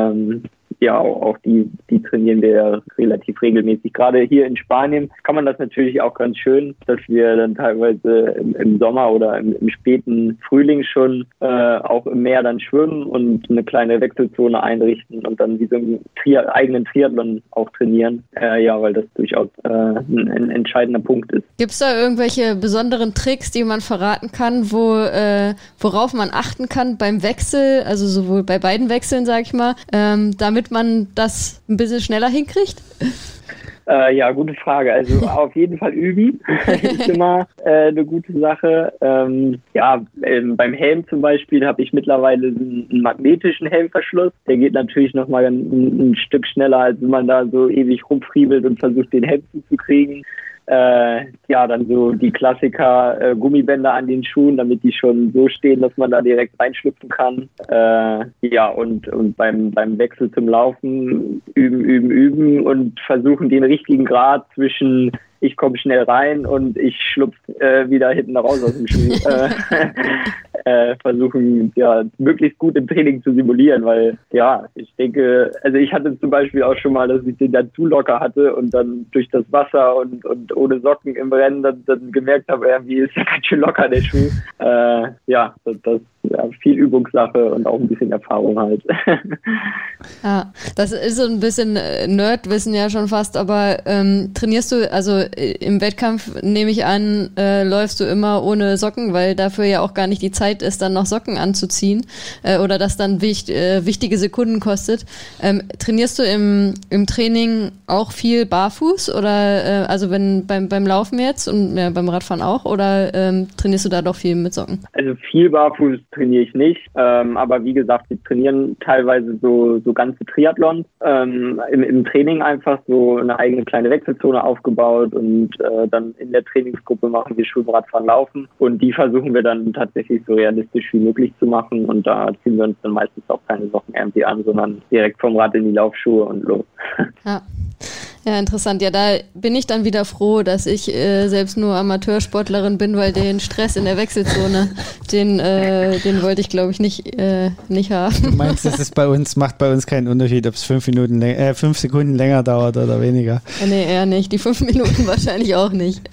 Auch die trainieren wir relativ regelmäßig. Gerade hier in Spanien kann man das natürlich auch ganz schön, dass wir dann teilweise im Sommer oder im späten Frühling schon auch im Meer dann schwimmen und eine kleine Wechselzone einrichten und dann wie so einen eigenen Triathlon auch trainieren. Weil das durchaus ein entscheidender Punkt ist. Gibt es da irgendwelche besonderen Tricks, die man verraten kann, worauf man achten kann beim Wechsel, also sowohl bei beiden Wechseln, sag ich mal, damit man das ein bisschen schneller hinkriegt? Gute Frage. Also auf jeden Fall üben ist immer eine gute Sache. Beim Helm zum Beispiel habe ich mittlerweile einen magnetischen Helmverschluss. Der geht natürlich nochmal ein Stück schneller, als wenn man da so ewig rumfriebelt und versucht, den Helm zuzukriegen. Dann so die Klassiker, Gummibänder an den Schuhen, damit die schon so stehen, dass man da direkt reinschlüpfen kann. Und beim Wechsel zum Laufen üben und versuchen den richtigen Grad zwischen ich komme schnell rein und ich schlupfe wieder hinten raus aus dem Schuh. Versuchen, möglichst gut im Training zu simulieren, weil, ich denke, also ich hatte zum Beispiel auch schon mal, dass ich den dann zu locker hatte und dann durch das Wasser und ohne Socken im Rennen dann gemerkt habe, irgendwie ist ja ganz schön locker der Schuh. Das viel Übungssache und auch ein bisschen Erfahrung halt. Ja, das ist so ein bisschen Nerdwissen ja schon fast, aber trainierst du, also im Wettkampf nehme ich an, läufst du immer ohne Socken, weil dafür ja auch gar nicht die Zeit ist, dann noch Socken anzuziehen oder das dann wichtige Sekunden kostet. Trainierst du im Training auch viel barfuß oder also wenn beim Laufen jetzt und beim Radfahren auch oder trainierst du da doch viel mit Socken? Also viel barfuß trainiere ich nicht, aber wie gesagt, wir trainieren teilweise so ganze Triathlons im Training einfach so eine eigene kleine Wechselzone aufgebaut und dann in der Trainingsgruppe machen wir Schwimmradfahren, Laufen und die versuchen wir dann tatsächlich so realistisch wie möglich zu machen und da ziehen wir uns dann meistens auch keine Socken irgendwie an, sondern direkt vom Rad in die Laufschuhe und los. Ja, interessant. Ja, da bin ich dann wieder froh, dass ich selbst nur Amateursportlerin bin, weil den Stress in der Wechselzone, den wollte ich, glaube ich, nicht haben. Du meinst, macht bei uns keinen Unterschied, ob es 5 Sekunden länger dauert oder weniger? Nee, eher nicht. Die 5 Minuten wahrscheinlich auch nicht.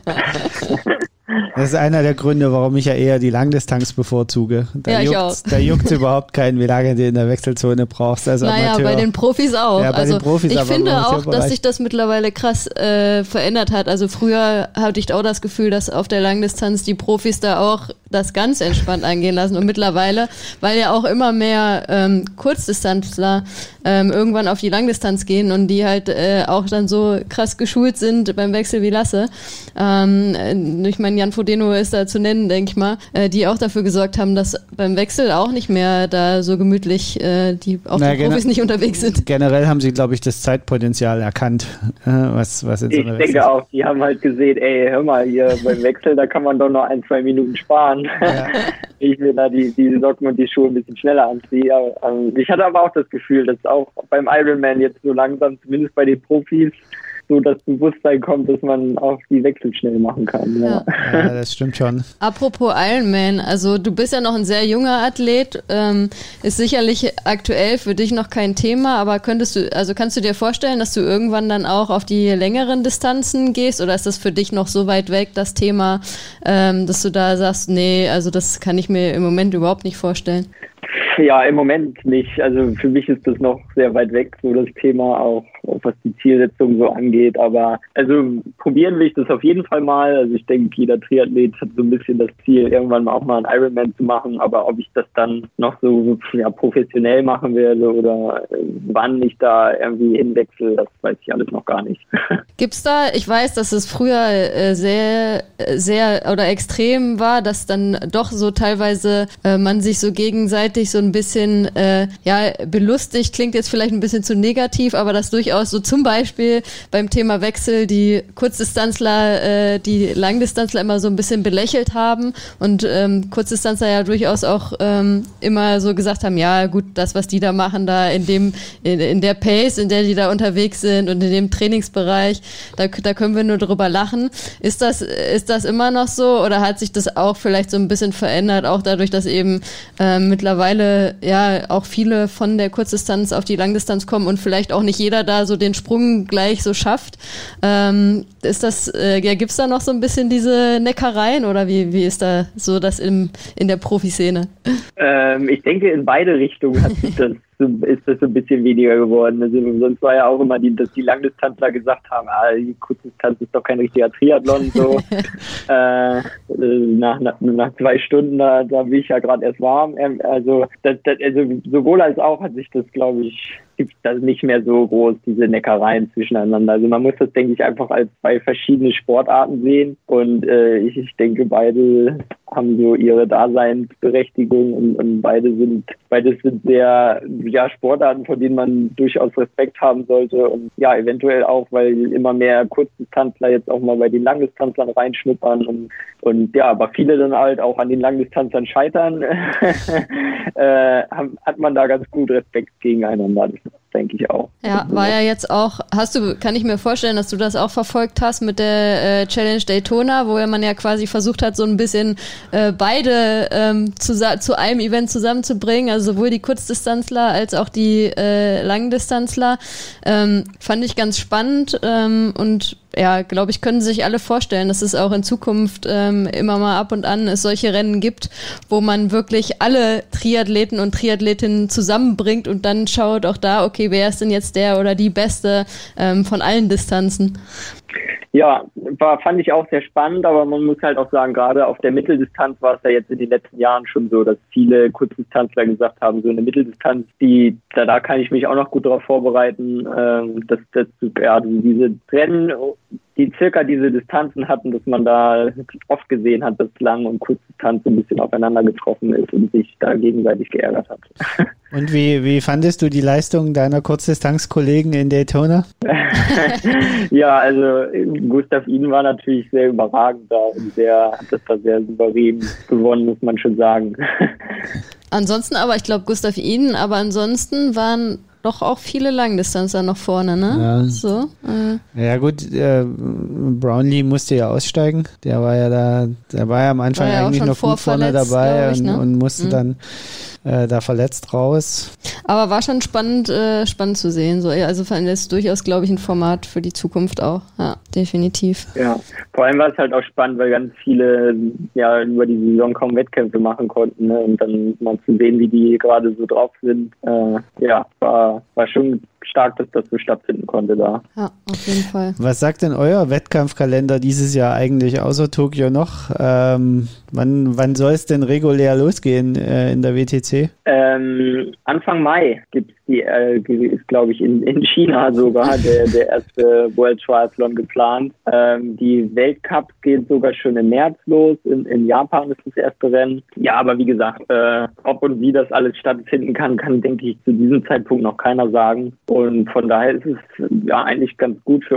Das ist einer der Gründe, warum ich ja eher die Langdistanz bevorzuge. Da juckt es überhaupt keinen, wie lange du in der Wechselzone brauchst als Amateur. Bei den Profis auch. Ja, bei den Profis, ich finde auch, dass sich das mittlerweile krass verändert hat. Also früher hatte ich auch das Gefühl, dass auf der Langdistanz die Profis da auch das ganz entspannt angehen lassen. Und mittlerweile, weil ja auch immer mehr Kurzdistanzler irgendwann auf die Langdistanz gehen und die halt auch dann so krass geschult sind beim Wechsel wie Lasse. Ich meine, Jan Frodeno ist da zu nennen, denke ich mal, die auch dafür gesorgt haben, dass beim Wechsel auch nicht mehr da so gemütlich die Profis nicht unterwegs sind. Generell haben sie, glaube ich, das Zeitpotenzial erkannt, was in so einer Ich denke auch, die haben halt gesehen, ey, hör mal, hier beim Wechsel, da kann man doch noch 1-2 Minuten sparen. Ja. Ich will da die Socken und die Schuhe ein bisschen schneller anziehen. Ich hatte aber auch das Gefühl, dass auch beim Ironman jetzt so langsam, zumindest bei den Profis, so das Bewusstsein kommt, dass man auch die Wechsel schnell machen kann. Ja, das stimmt schon. Apropos Ironman, also du bist ja noch ein sehr junger Athlet, ist sicherlich aktuell für dich noch kein Thema, aber kannst du dir vorstellen, dass du irgendwann dann auch auf die längeren Distanzen gehst, oder ist das für dich noch so weit weg, das Thema, dass du da sagst, nee, also das kann ich mir im Moment überhaupt nicht vorstellen? Ja, im Moment nicht. Also für mich ist das noch sehr weit weg, so das Thema, auch was die Zielsetzung so angeht. Aber also probieren will ich das auf jeden Fall mal. Also ich denke, jeder Triathlet hat so ein bisschen das Ziel, irgendwann auch mal einen Ironman zu machen. Aber ob ich das dann noch so professionell machen werde oder wann ich da irgendwie hinwechsel, das weiß ich alles noch gar nicht. Gibt's da, ich weiß, dass es früher sehr, sehr oder extrem war, dass dann doch so teilweise man sich so gegenseitig so ein bisschen belustigt, klingt jetzt vielleicht ein bisschen zu negativ, aber dass durchaus so zum Beispiel beim Thema Wechsel die Kurzdistanzler die Langdistanzler immer so ein bisschen belächelt haben und Kurzdistanzler ja durchaus auch immer so gesagt haben, ja gut, das, was die da machen, da in der Pace, in der die da unterwegs sind und in dem Trainingsbereich, da können wir nur drüber lachen. Ist das immer noch so oder hat sich das auch vielleicht so ein bisschen verändert, auch dadurch, dass eben mittlerweile auch viele von der Kurzdistanz auf die Langdistanz kommen und vielleicht auch nicht jeder da so den Sprung gleich so schafft. Gibt's da noch so ein bisschen diese Neckereien oder wie ist da so das in der Profiszene? Ich denke, in beide Richtungen ist das so ein bisschen weniger geworden. Also sonst war ja auch immer, dass die Langdistanzler gesagt haben, die Kurzdistanz ist doch kein richtiger Triathlon. So. Nach 2 Stunden, da bin ich ja gerade erst warm. Also sowohl als auch hat sich das, glaube ich, gibt das nicht mehr so groß, diese Neckereien zwischeneinander. Also man muss das, denke ich, einfach als 2 verschiedene Sportarten sehen und ich denke, beide haben so ihre Daseinsberechtigung und beides sind sehr Sportarten, vor denen man durchaus Respekt haben sollte und ja, eventuell auch, weil immer mehr Kurzdistanzler jetzt auch mal bei den Langdistanzlern reinschnuppern und aber viele dann halt auch an den Langdistanzlern scheitern, hat man da ganz gut Respekt gegeneinander. Das denke ich auch. Ja, war ja jetzt auch, kann ich mir vorstellen, dass du das auch verfolgt hast mit der Challenge Daytona, wo man ja quasi versucht hat, so ein bisschen beide zu einem Event zusammenzubringen, also sowohl die Kurzdistanzler als auch die Langdistanzler. Fand ich ganz spannend und ja, glaube ich, können sich alle vorstellen, dass es auch in Zukunft immer mal ab und an es solche Rennen gibt, wo man wirklich alle Triathleten und Triathletinnen zusammenbringt und dann schaut auch da, okay, wer ist denn jetzt der oder die Beste von allen Distanzen? Ja, fand ich auch sehr spannend, aber man muss halt auch sagen, gerade auf der Mitteldistanz war es ja jetzt in den letzten Jahren schon so, dass viele Kurzdistanzler gesagt haben, so eine Mitteldistanz, da kann ich mich auch noch gut darauf vorbereiten, dass diese Rennen, die circa diese Distanzen hatten, dass man da oft gesehen hat, dass Lang- und Kurzdistanz so ein bisschen aufeinander getroffen ist und sich da gegenseitig geärgert hat. Und wie fandest du die Leistung deiner Kurzdistanzkollegen in Daytona? Ja, also Gustav Iden war natürlich sehr überragend da und hat das da sehr souverän gewonnen, muss man schon sagen. Ansonsten aber, ich glaube Gustav Iden, aber ansonsten waren doch auch viele Langdistanzer noch vorne, ne? Ja, so, ja gut, Brownlee musste ja aussteigen. Der war ja am Anfang eigentlich noch gut vorne dabei und musste dann da verletzt raus. Aber war schon spannend zu sehen. So, also fand das durchaus, glaube ich, ein Format für die Zukunft auch. Ja, definitiv. Ja, vor allem war es halt auch spannend, weil ganz viele über die Saison kaum Wettkämpfe machen konnten. Ne? Und dann mal zu sehen, wie die gerade so drauf sind, war schon stark, dass das so stattfinden konnte da. Ja, auf jeden Fall. Was sagt denn euer Wettkampfkalender dieses Jahr eigentlich außer Tokio noch? Wann soll es denn regulär losgehen in der WTC? Anfang Mai gibt's ist, glaube ich, in China sogar der erste World Triathlon geplant. Die Weltcups gehen sogar schon im März los. In Japan ist das erste Rennen. Ja, aber wie gesagt, ob und wie das alles stattfinden kann, denke ich, zu diesem Zeitpunkt noch keiner sagen. Und von daher ist es eigentlich ganz gut für uns,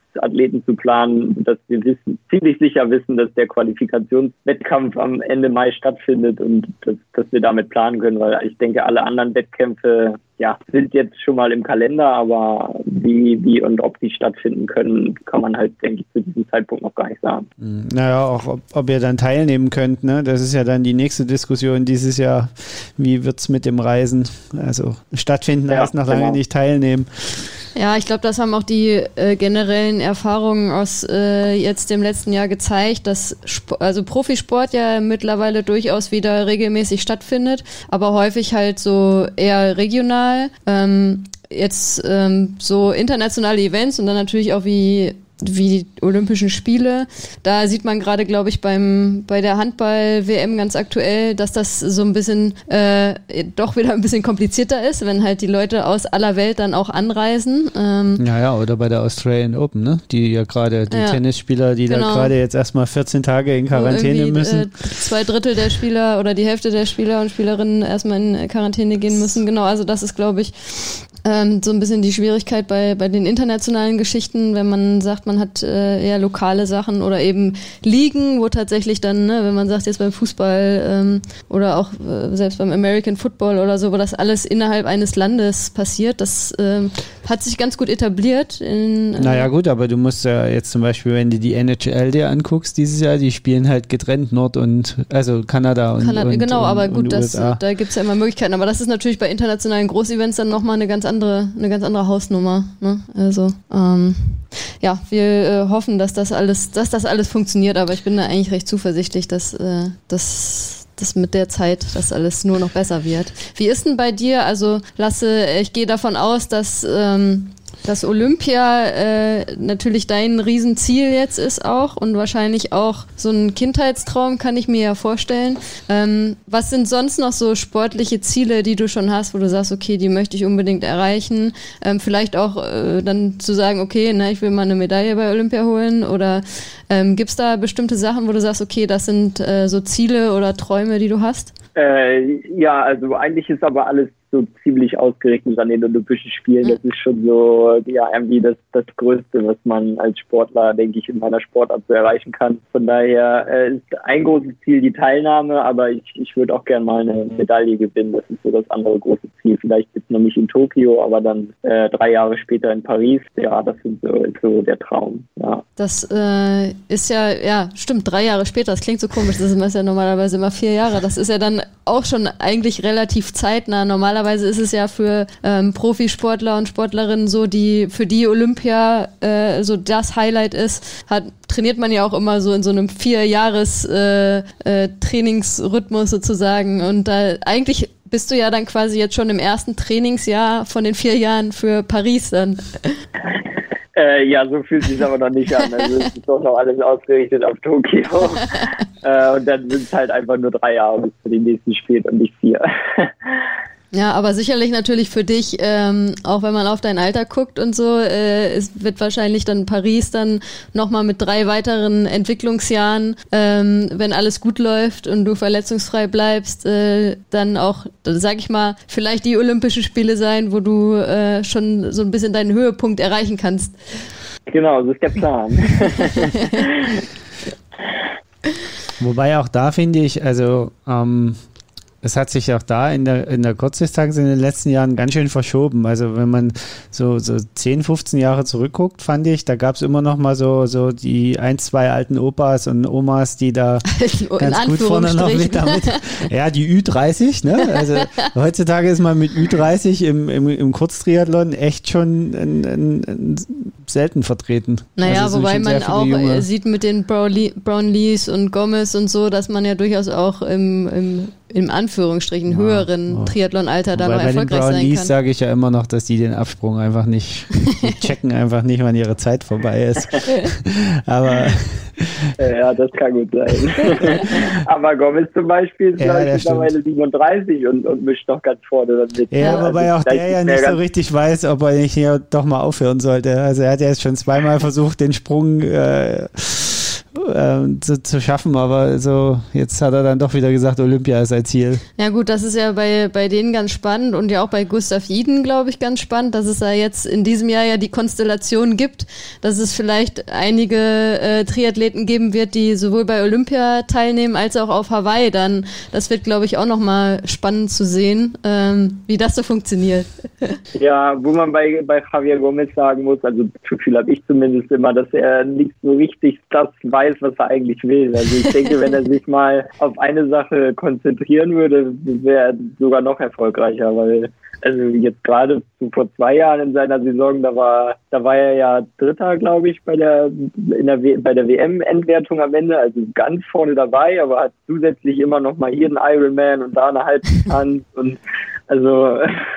Athleten zu planen, dass wir ziemlich sicher wissen, dass der Qualifikationswettkampf am Ende Mai stattfindet und dass wir damit planen können, weil ich denke, alle anderen Wettkämpfe sind jetzt schon mal im Kalender, aber wie und ob die stattfinden können, kann man halt, denke ich, zu diesem Zeitpunkt noch gar nicht sagen. Naja, auch ob ihr dann teilnehmen könnt, ne? Das ist ja dann die nächste Diskussion dieses Jahr. Wie wird's mit dem Reisen? Also stattfinden heißt noch lange nicht teilnehmen. Ja, ich glaube, das haben auch die generellen Erfahrungen aus jetzt dem letzten Jahr gezeigt, dass also Profisport ja mittlerweile durchaus wieder regelmäßig stattfindet, aber häufig halt so eher regional. Jetzt so internationale Events und dann natürlich auch wie die Olympischen Spiele. Da sieht man gerade, glaube ich, bei der Handball-WM ganz aktuell, dass das so ein bisschen doch wieder ein bisschen komplizierter ist, wenn halt die Leute aus aller Welt dann auch anreisen. Oder bei der Australian Open, ne? Die ja gerade, die Tennisspieler, die da gerade jetzt erstmal 14 Tage in Quarantäne müssen. 2/3 der Spieler oder die Hälfte der Spieler und Spielerinnen erstmal in Quarantäne gehen müssen. Genau, also das ist, glaube ich, so ein bisschen die Schwierigkeit bei den internationalen Geschichten, wenn man sagt, man hat eher lokale Sachen oder eben Ligen, wo tatsächlich dann, ne, wenn man sagt jetzt beim Fußball oder auch selbst beim American Football oder so, wo das alles innerhalb eines Landes passiert, das hat sich ganz gut etabliert. Naja gut, aber du musst ja jetzt zum Beispiel, wenn du die NHL dir anguckst dieses Jahr, die spielen halt getrennt also Kanada und genau, aber gut, USA. Da gibt es ja immer Möglichkeiten, aber das ist natürlich bei internationalen Großevents dann nochmal eine ganz andere Hausnummer, ne? Also wir hoffen, dass das alles funktioniert, aber ich bin da eigentlich recht zuversichtlich, dass mit der Zeit das alles nur noch besser wird. Wie ist denn bei dir? Also Lasse, ich gehe davon aus, dass Olympia natürlich dein Riesenziel jetzt ist auch und wahrscheinlich auch so ein Kindheitstraum, kann ich mir ja vorstellen. Was sind sonst noch so sportliche Ziele, die du schon hast, wo du sagst, okay, die möchte ich unbedingt erreichen? Vielleicht auch dann zu sagen, okay, ich will mal eine Medaille bei Olympia holen oder gibt's da bestimmte Sachen, wo du sagst, okay, das sind so Ziele oder Träume, die du hast? Also eigentlich ist aber alles so ziemlich ausgerichtet an den Olympischen Spielen. Das ist schon so, irgendwie das Größte, was man als Sportler, denke ich, in meiner Sportart so erreichen kann. Von daher ist ein großes Ziel die Teilnahme, aber ich würde auch gerne mal eine Medaille gewinnen. Das ist so das andere große Ziel. Vielleicht jetzt noch nicht in Tokio, aber dann 3 Jahre später in Paris. Ja, das ist so der Traum. Ja. Das ist stimmt, 3 Jahre später. Das klingt so komisch. Das ist ja normalerweise immer 4 Jahre. Das ist ja dann auch schon eigentlich relativ zeitnah. Normalerweise ist es ja für Profisportler und Sportlerinnen so, für die Olympia so das Highlight ist, trainiert man ja auch immer so in so einem 4-Jahres Trainingsrhythmus sozusagen und da eigentlich bist du ja dann quasi jetzt schon im ersten Trainingsjahr von den 4 Jahren für Paris dann. So fühlt es sich aber noch nicht an. Also es ist doch noch alles ausgerichtet auf Tokio. Und dann sind es halt einfach nur 3 Jahre bis zu den nächsten Spielen und nicht 4. Ja, aber sicherlich natürlich für dich, auch wenn man auf dein Alter guckt und so, es wird wahrscheinlich dann Paris dann nochmal mit 3 weiteren Entwicklungsjahren, wenn alles gut läuft und du verletzungsfrei bleibst, dann auch, sag ich mal, vielleicht die Olympischen Spiele sein, wo du schon so ein bisschen deinen Höhepunkt erreichen kannst. Genau, so ist der Plan. Wobei auch da finde ich, also es hat sich auch da in der Kurzdistanz in den letzten Jahren ganz schön verschoben. Also wenn man so 10, 15 Jahre zurückguckt, fand ich, da gab es immer noch mal so die 1, 2 alten Opas und Omas, die da ganz gut vorne noch mit damit. Ja, die Ü30, ne? Also heutzutage ist man mit Ü30 im Kurztriathlon echt schon selten vertreten. Naja, also wobei man auch sieht mit den Brownlees und Gomez und so, dass man ja durchaus auch im Anführungsstrichen höheren Triathlon-Alter da noch erfolgreich sein kann. Bei den Brownies sage ich ja immer noch, dass die den Absprung einfach nicht, die checken einfach nicht, wann ihre Zeit vorbei ist. Aber ja, das kann gut sein. Aber Gomez zum Beispiel ist glaube ich mittlerweile 37 und mischt doch ganz vorne dann mit. Ja, wobei auch der ja nicht so richtig weiß, ob er nicht hier doch mal aufhören sollte. Also er hat ja jetzt schon 2-mal versucht, den Sprung zu schaffen, aber so jetzt hat er dann doch wieder gesagt, Olympia ist sein Ziel. Ja gut, das ist ja bei denen ganz spannend und ja auch bei Gustav Iden, glaube ich, ganz spannend, dass es da jetzt in diesem Jahr ja die Konstellation gibt, dass es vielleicht einige Triathleten geben wird, die sowohl bei Olympia teilnehmen als auch auf Hawaii dann. Das wird, glaube ich, auch nochmal spannend zu sehen, wie das so funktioniert. Ja, wo man bei Javier Gomez sagen muss, also das Gefühl habe ich zumindest immer, dass er nicht so richtig das weiß, was er eigentlich will. Also ich denke, wenn er sich mal auf eine Sache konzentrieren würde, wäre er sogar noch erfolgreicher, weil also jetzt gerade vor 2 Jahren in seiner Saison, da war er ja Dritter, glaube ich, bei der WM-Endwertung am Ende, also ganz vorne dabei, aber hat zusätzlich immer noch mal hier einen Ironman und da eine Halbdistanz und also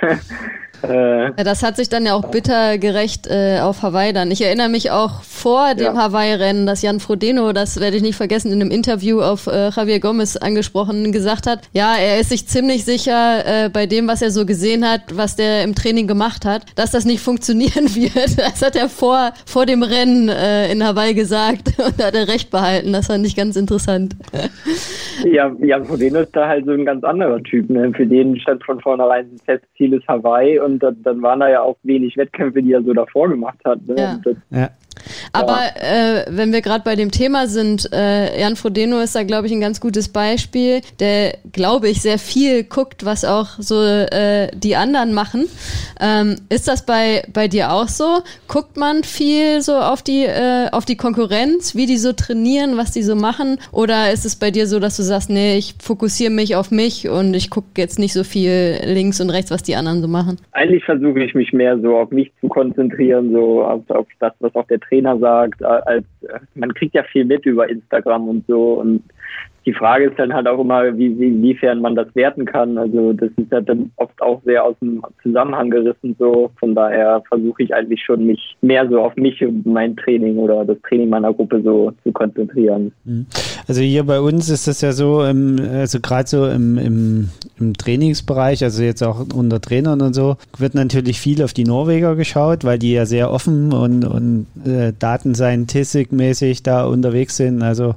das hat sich dann ja auch bitter gerecht auf Hawaii dann. Ich erinnere mich auch vor dem Hawaii-Rennen, dass Jan Frodeno, das werde ich nicht vergessen, in einem Interview auf Javier Gomez angesprochen, gesagt hat, ja, er ist sich ziemlich sicher bei dem, was er so gesehen hat, was der im Training gemacht hat, dass das nicht funktionieren wird. Das hat er vor dem Rennen in Hawaii gesagt und da hat er recht behalten. Das fand ich ganz interessant. Ja, Jan Frodeno ist da halt so ein ganz anderer Typ. Ne? Für den stand von vornherein das Festziel ist Hawaii und dann waren da ja auch wenig Wettkämpfe, die er so davor gemacht hat. Ne? Ja. Aber wenn wir gerade bei dem Thema sind, Jan Frodeno ist da, glaube ich, ein ganz gutes Beispiel, der, glaube ich, sehr viel guckt, was auch so die anderen machen. Ist das bei dir auch so? Guckt man viel so auf die Konkurrenz, wie die so trainieren, was die so machen? Oder ist es bei dir so, dass du sagst, nee, ich fokussiere mich auf mich und ich gucke jetzt nicht so viel links und rechts, was die anderen so machen? Eigentlich versuche ich mich mehr so auf mich zu konzentrieren, so auf das, was auch der Trainer sagt, als man kriegt ja viel mit über Instagram und so und die Frage ist dann halt auch immer, inwiefern man das werten kann. Also das ist ja dann oft auch sehr aus dem Zusammenhang gerissen so. Von daher versuche ich eigentlich schon, mich mehr so auf mich und mein Training oder das Training meiner Gruppe so zu konzentrieren. Also hier bei uns ist das ja so, also gerade so im Trainingsbereich, also jetzt auch unter Trainern und so, wird natürlich viel auf die Norweger geschaut, weil die ja sehr offen und Datenscientific-mäßig da unterwegs sind. Also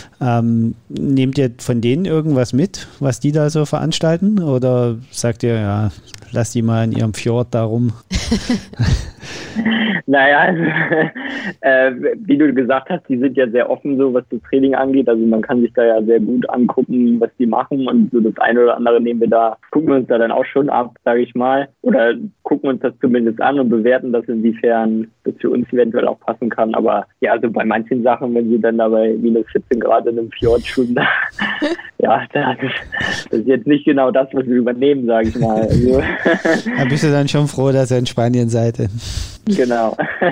nehmt ihr von denen irgendwas mit, was die da so veranstalten? Oder sagt ihr, ja, lass die mal in ihrem Fjord da rum? Naja, wie du gesagt hast, die sind ja sehr offen, so was das Training angeht. Also man kann sich da ja sehr gut angucken, was die machen und so das eine oder andere gucken wir uns da dann auch schon ab, sage ich mal. Oder gucken uns das zumindest an und bewerten das, inwiefern das für uns eventuell auch passen kann. Aber ja, also bei manchen Sachen, wenn sie dann da bei minus 14 Grad in einem Fjord schwimmen, ja, das ist jetzt nicht genau das, was wir übernehmen, sage ich mal. Also. Da bist du dann schon froh, dass ihr in Spanien seid. Genau.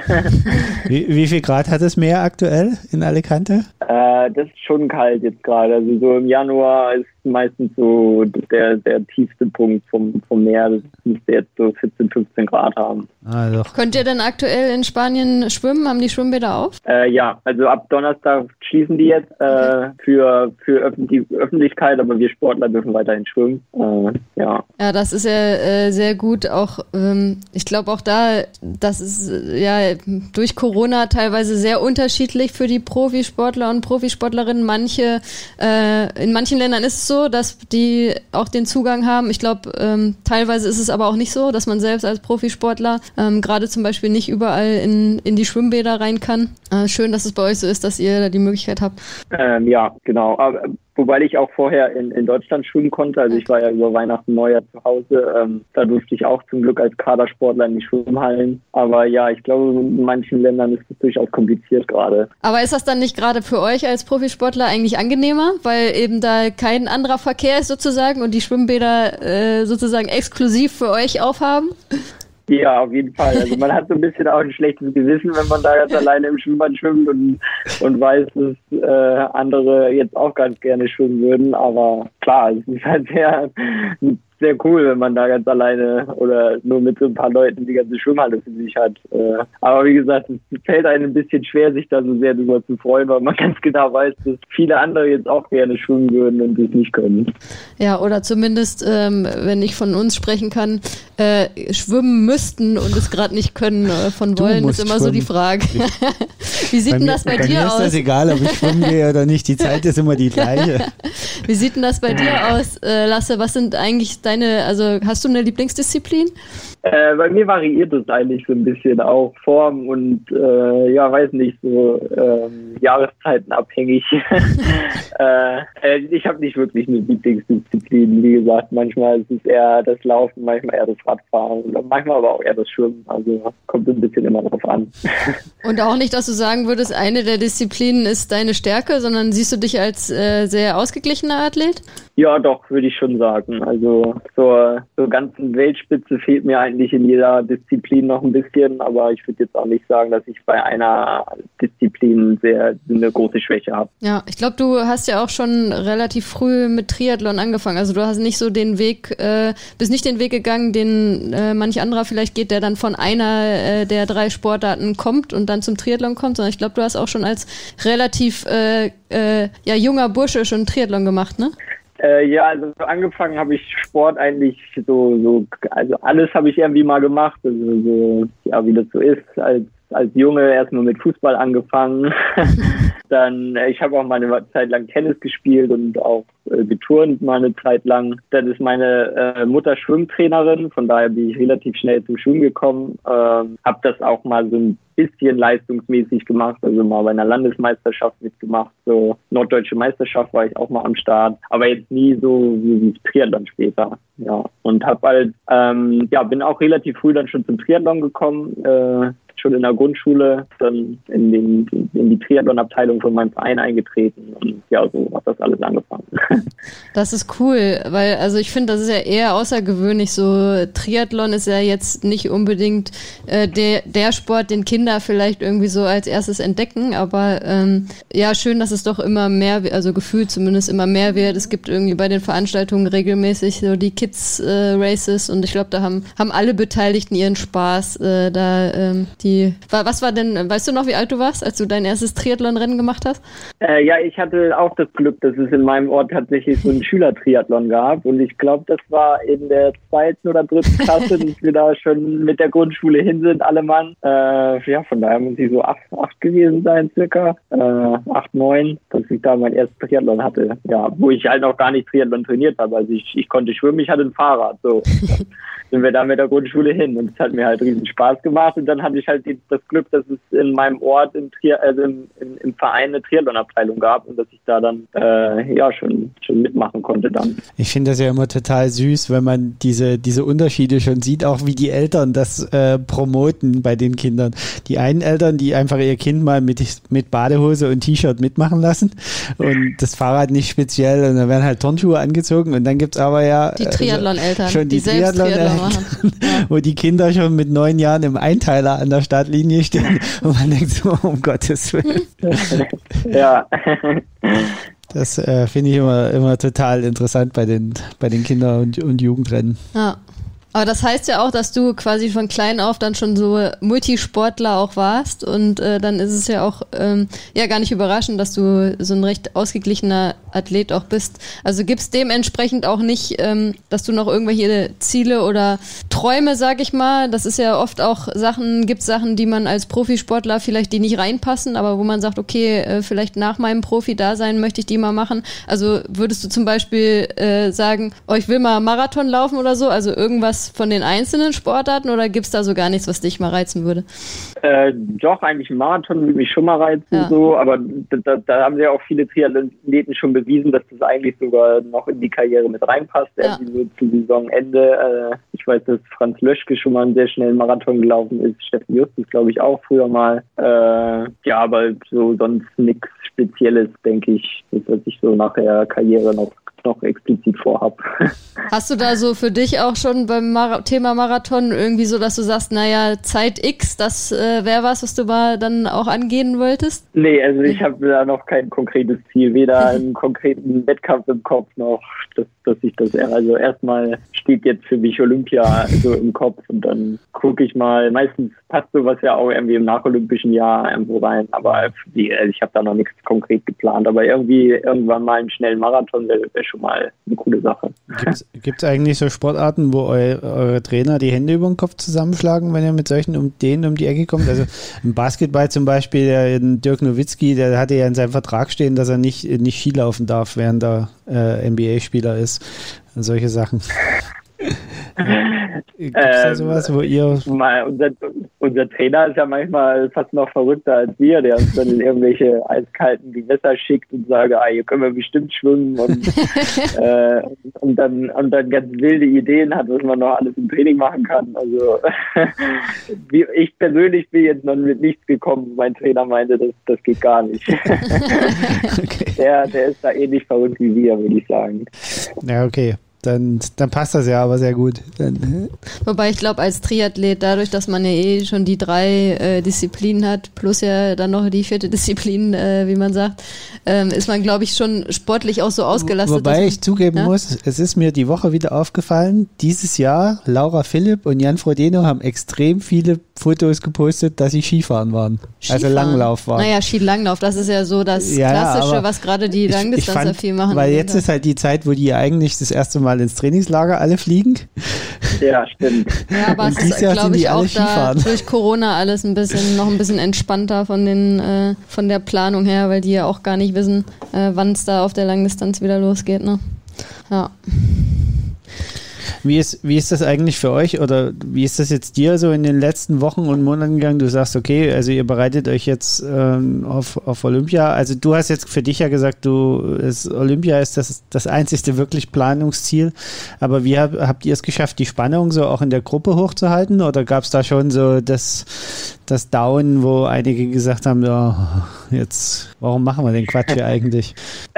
Wie viel Grad hat das Meer aktuell in Alicante? Das ist schon kalt jetzt gerade. Also so im Januar ist meistens so der tiefste Punkt vom Meer. Das müsste jetzt so 14, 15 Grad haben. Ah, doch. Könnt ihr denn aktuell in Spanien schwimmen? Haben die Schwimmbäder auf? Ja, also ab Donnerstag schließen die jetzt für die Öffentlichkeit, aber wir Sportler dürfen weiterhin schwimmen. Ja, das ist ja sehr gut. Auch ich glaube auch das ist ja durch Corona teilweise sehr unterschiedlich für die Profisportler und Profisportlerinnen. In manchen Ländern ist es so, dass die auch den Zugang haben. Ich glaube, teilweise ist es aber auch nicht so, dass man selbst als Profisportler gerade zum Beispiel nicht überall in die Schwimmbäder rein kann. Schön, dass es bei euch so ist, dass ihr da die Möglichkeit habt. Ja, genau. Aber, wobei ich auch vorher in Deutschland schwimmen konnte. Also ich war ja über Weihnachten, Neujahr zu Hause. Da durfte ich auch zum Glück als Kadersportler in die Schwimmhallen. Aber ja, ich glaube, in manchen Ländern ist es durchaus kompliziert gerade. Aber ist das dann nicht gerade für euch als Profisportler eigentlich angenehmer, weil eben da kein anderer Verkehr ist sozusagen und die Schwimmbäder sozusagen exklusiv für euch aufhaben? Ja, auf jeden Fall. Also man hat so ein bisschen auch ein schlechtes Gewissen, wenn man da ganz alleine im Schwimmbad schwimmt und weiß, dass andere jetzt auch ganz gerne schwimmen würden. Aber klar, es ist halt sehr cool, wenn man da ganz alleine oder nur mit so ein paar Leuten die ganze Schwimmhalle für sich hat. Aber wie gesagt, es fällt einem ein bisschen schwer, sich da so sehr drüber zu freuen, weil man ganz genau weiß, dass viele andere jetzt auch gerne schwimmen würden und das nicht können. Ja, oder zumindest, wenn ich von uns sprechen kann, schwimmen müssten und es gerade nicht können von wollen, ist immer schwimmen. So die Frage. Wie sieht denn das bei dir aus? Mir ist das egal, ob ich schwimmen gehe oder nicht. Die Zeit ist immer die gleiche. Wie sieht denn das bei dir aus, Lasse? Was sind eigentlich also hast du eine Lieblingsdisziplin? Bei mir variiert es eigentlich so ein bisschen auch Form und weiß nicht, so Jahreszeiten abhängig. Ich habe nicht wirklich eine Lieblingsdisziplin. Wie gesagt, manchmal ist es eher das Laufen, manchmal eher das Radfahren und manchmal aber auch eher das Schwimmen. Also kommt ein bisschen immer drauf an. Und auch nicht, dass du sagen würdest, eine der Disziplinen ist deine Stärke, sondern siehst du dich als sehr ausgeglichener Athlet? Ja, doch, würde ich schon sagen. Also zur ganzen Weltspitze fehlt mir eigentlich in jeder Disziplin noch ein bisschen, aber ich würde jetzt auch nicht sagen, dass ich bei einer Disziplin eine große Schwäche habe. Ja, ich glaube, du hast ja auch schon relativ früh mit Triathlon angefangen. Also du hast nicht so bist nicht den Weg gegangen, den manch anderer vielleicht geht, der dann von einer der 3 Sportarten kommt und dann zum Triathlon kommt, sondern ich glaube, du hast auch schon als relativ junger Bursche schon Triathlon gemacht, ne? Also angefangen habe ich Sport eigentlich also alles habe ich irgendwie mal gemacht, also wie das so ist, als Junge erstmal mit Fußball angefangen, dann ich habe auch mal eine Zeit lang Tennis gespielt und auch geturnt mal eine Zeit lang. Dann ist meine Mutter Schwimmtrainerin, von daher bin ich relativ schnell zum Schwimmen gekommen, habe das auch mal so ein bisschen leistungsmäßig gemacht, also mal bei einer Landesmeisterschaft mitgemacht, so Norddeutsche Meisterschaft war ich auch mal am Start, aber jetzt nie so wie Triathlon später, ja, und habe halt, bin auch relativ früh dann schon zum Triathlon gekommen, schon in der Grundschule, dann in die Triathlon-Abteilung von meinem Verein eingetreten und ja, so hat das alles angefangen. Das ist cool, weil also ich finde, das ist ja eher außergewöhnlich, so Triathlon ist ja jetzt nicht unbedingt der Sport, den Kinder vielleicht irgendwie so als erstes entdecken, aber schön, dass es doch immer mehr, also gefühlt zumindest immer mehr wird. Es gibt irgendwie bei den Veranstaltungen regelmäßig so die Kids-Races und ich glaube, da haben alle Beteiligten ihren Spaß, was war denn, weißt du noch, wie alt du warst, als du dein erstes Triathlon-Rennen gemacht hast? Ich hatte auch das Glück, dass es in meinem Ort tatsächlich so einen Schülertriathlon gab und ich glaube, das war in der 2. oder 3. Klasse, dass wir da schon mit der Grundschule hin sind, alle Mann. Von daher muss ich so 8 gewesen sein, circa. 8, 9, dass ich da mein erstes Triathlon hatte. Ja, wo ich halt auch gar nicht Triathlon trainiert habe. Also ich konnte schwimmen, ich hatte ein Fahrrad, so. Sind wir da mit der Grundschule hin und es hat mir halt riesen Spaß gemacht und dann hatte ich halt das Glück, dass es in meinem Ort im Verein eine Triathlon-Abteilung gab und dass ich da dann schon mitmachen konnte dann. Ich finde das ja immer total süß, wenn man diese Unterschiede schon sieht, auch wie die Eltern das promoten bei den Kindern. Die einen Eltern, die einfach ihr Kind mal mit Badehose und T-Shirt mitmachen lassen und das Fahrrad nicht speziell und dann werden halt Turnschuhe angezogen und dann gibt's aber die Triathlon-Eltern, schon die Triathlon-Eltern, wo die Kinder schon mit 9 Jahren im Einteiler an der Startlinie stehen und man denkt so, um Gottes Willen. Ja. Das finde ich immer total interessant bei den Kinder- und Jugendrennen. Ja. Aber das heißt ja auch, dass du quasi von klein auf dann schon so Multisportler auch warst und dann ist es ja auch gar nicht überraschend, dass du so ein recht ausgeglichener Athlet auch bist. Also gibt's dementsprechend auch nicht, dass du noch irgendwelche Ziele oder Träume, sag ich mal, das ist ja oft auch gibt's Sachen, die man als Profisportler vielleicht die nicht reinpassen, aber wo man sagt, okay, vielleicht nach meinem Profi-Dasein möchte ich die mal machen. Also würdest du zum Beispiel sagen, ich will mal Marathon laufen oder so, also irgendwas von den einzelnen Sportarten oder gibt es da so gar nichts, was dich mal reizen würde? Doch, eigentlich ein Marathon würde mich schon mal reizen, so, aber da haben ja auch viele Triathleten schon bewiesen, dass das eigentlich sogar noch in die Karriere mit reinpasst, irgendwie so zu Saisonende. Ich weiß, dass Franz Löschke schon mal einen sehr schnellen Marathon gelaufen ist, Steffen Justus, glaube ich, auch früher mal. Aber so sonst nichts Spezielles, denke ich, was ich so nach der Karriere noch explizit vorhab. Hast du da so für dich auch schon beim Thema Marathon irgendwie so, dass du sagst, naja, Zeit X, das wäre was du mal dann auch angehen wolltest? Nee, also ich habe da noch kein konkretes Ziel, weder einen konkreten Wettkampf im Kopf noch, dass ich das also erstmal steht jetzt für mich Olympia so im Kopf und dann gucke ich mal, meistens passt sowas ja auch irgendwie im nacholympischen Jahr irgendwo rein, aber ich habe da noch nichts konkret geplant, aber irgendwann mal einen schnellen Marathon wäre schon schon mal eine coole Sache. Gibt es eigentlich so Sportarten, wo eure Trainer die Hände über den Kopf zusammenschlagen, wenn ihr mit solchen um die Ecke kommt? Also im Basketball zum Beispiel, der Dirk Nowitzki, der hatte ja in seinem Vertrag stehen, dass er nicht Skilaufen darf, während er NBA-Spieler ist. Und solche Sachen. Gibt es da sowas, wo ihr... Unser Trainer ist ja manchmal fast noch verrückter als wir, der uns dann in irgendwelche eiskalten Gewässer schickt und sagt, hier können wir bestimmt schwimmen und dann ganz wilde Ideen hat, was man noch alles im Training machen kann. Also ich persönlich bin jetzt noch mit nichts gekommen. Mein Trainer meinte, das geht gar nicht. Okay. Der ist da ähnlich verrückt wie wir, würde ich sagen. Ja, okay. Dann passt das ja aber sehr gut. Wobei ich glaube, als Triathlet, dadurch, dass man ja schon die 3 Disziplinen hat, plus ja dann noch die 4. Disziplin, wie man sagt, ist man, glaube ich, schon sportlich auch so ausgelastet. Wobei ich zugeben muss, es ist mir die Woche wieder aufgefallen, dieses Jahr, Laura Philipp und Jan Frodeno haben extrem viele Fotos gepostet, dass sie Skifahren waren. Skifahren. Also Langlauf waren. Naja, Skilanglauf, das ist ja so das Klassische, was gerade die Langdistanzer viel machen. Weil jetzt ist halt die Zeit, wo die eigentlich das erste Mal ins Trainingslager alle fliegen. Ja, stimmt. Ja, aber es ist, glaube ich, auch da durch Corona alles noch ein bisschen entspannter von der Planung her, weil die ja auch gar nicht wissen, wann es da auf der Langdistanz wieder losgeht. Ne? Ja. Wie ist das eigentlich für euch oder wie ist das jetzt dir so in den letzten Wochen und Monaten gegangen? Du sagst, okay, also ihr bereitet euch jetzt auf Olympia. Also du hast jetzt für dich ja gesagt, Olympia ist das einzigste wirklich Planungsziel. Aber wie habt ihr es geschafft, die Spannung so auch in der Gruppe hochzuhalten? Oder gab es da schon so das Down, wo einige gesagt haben, jetzt, warum machen wir den Quatsch hier eigentlich?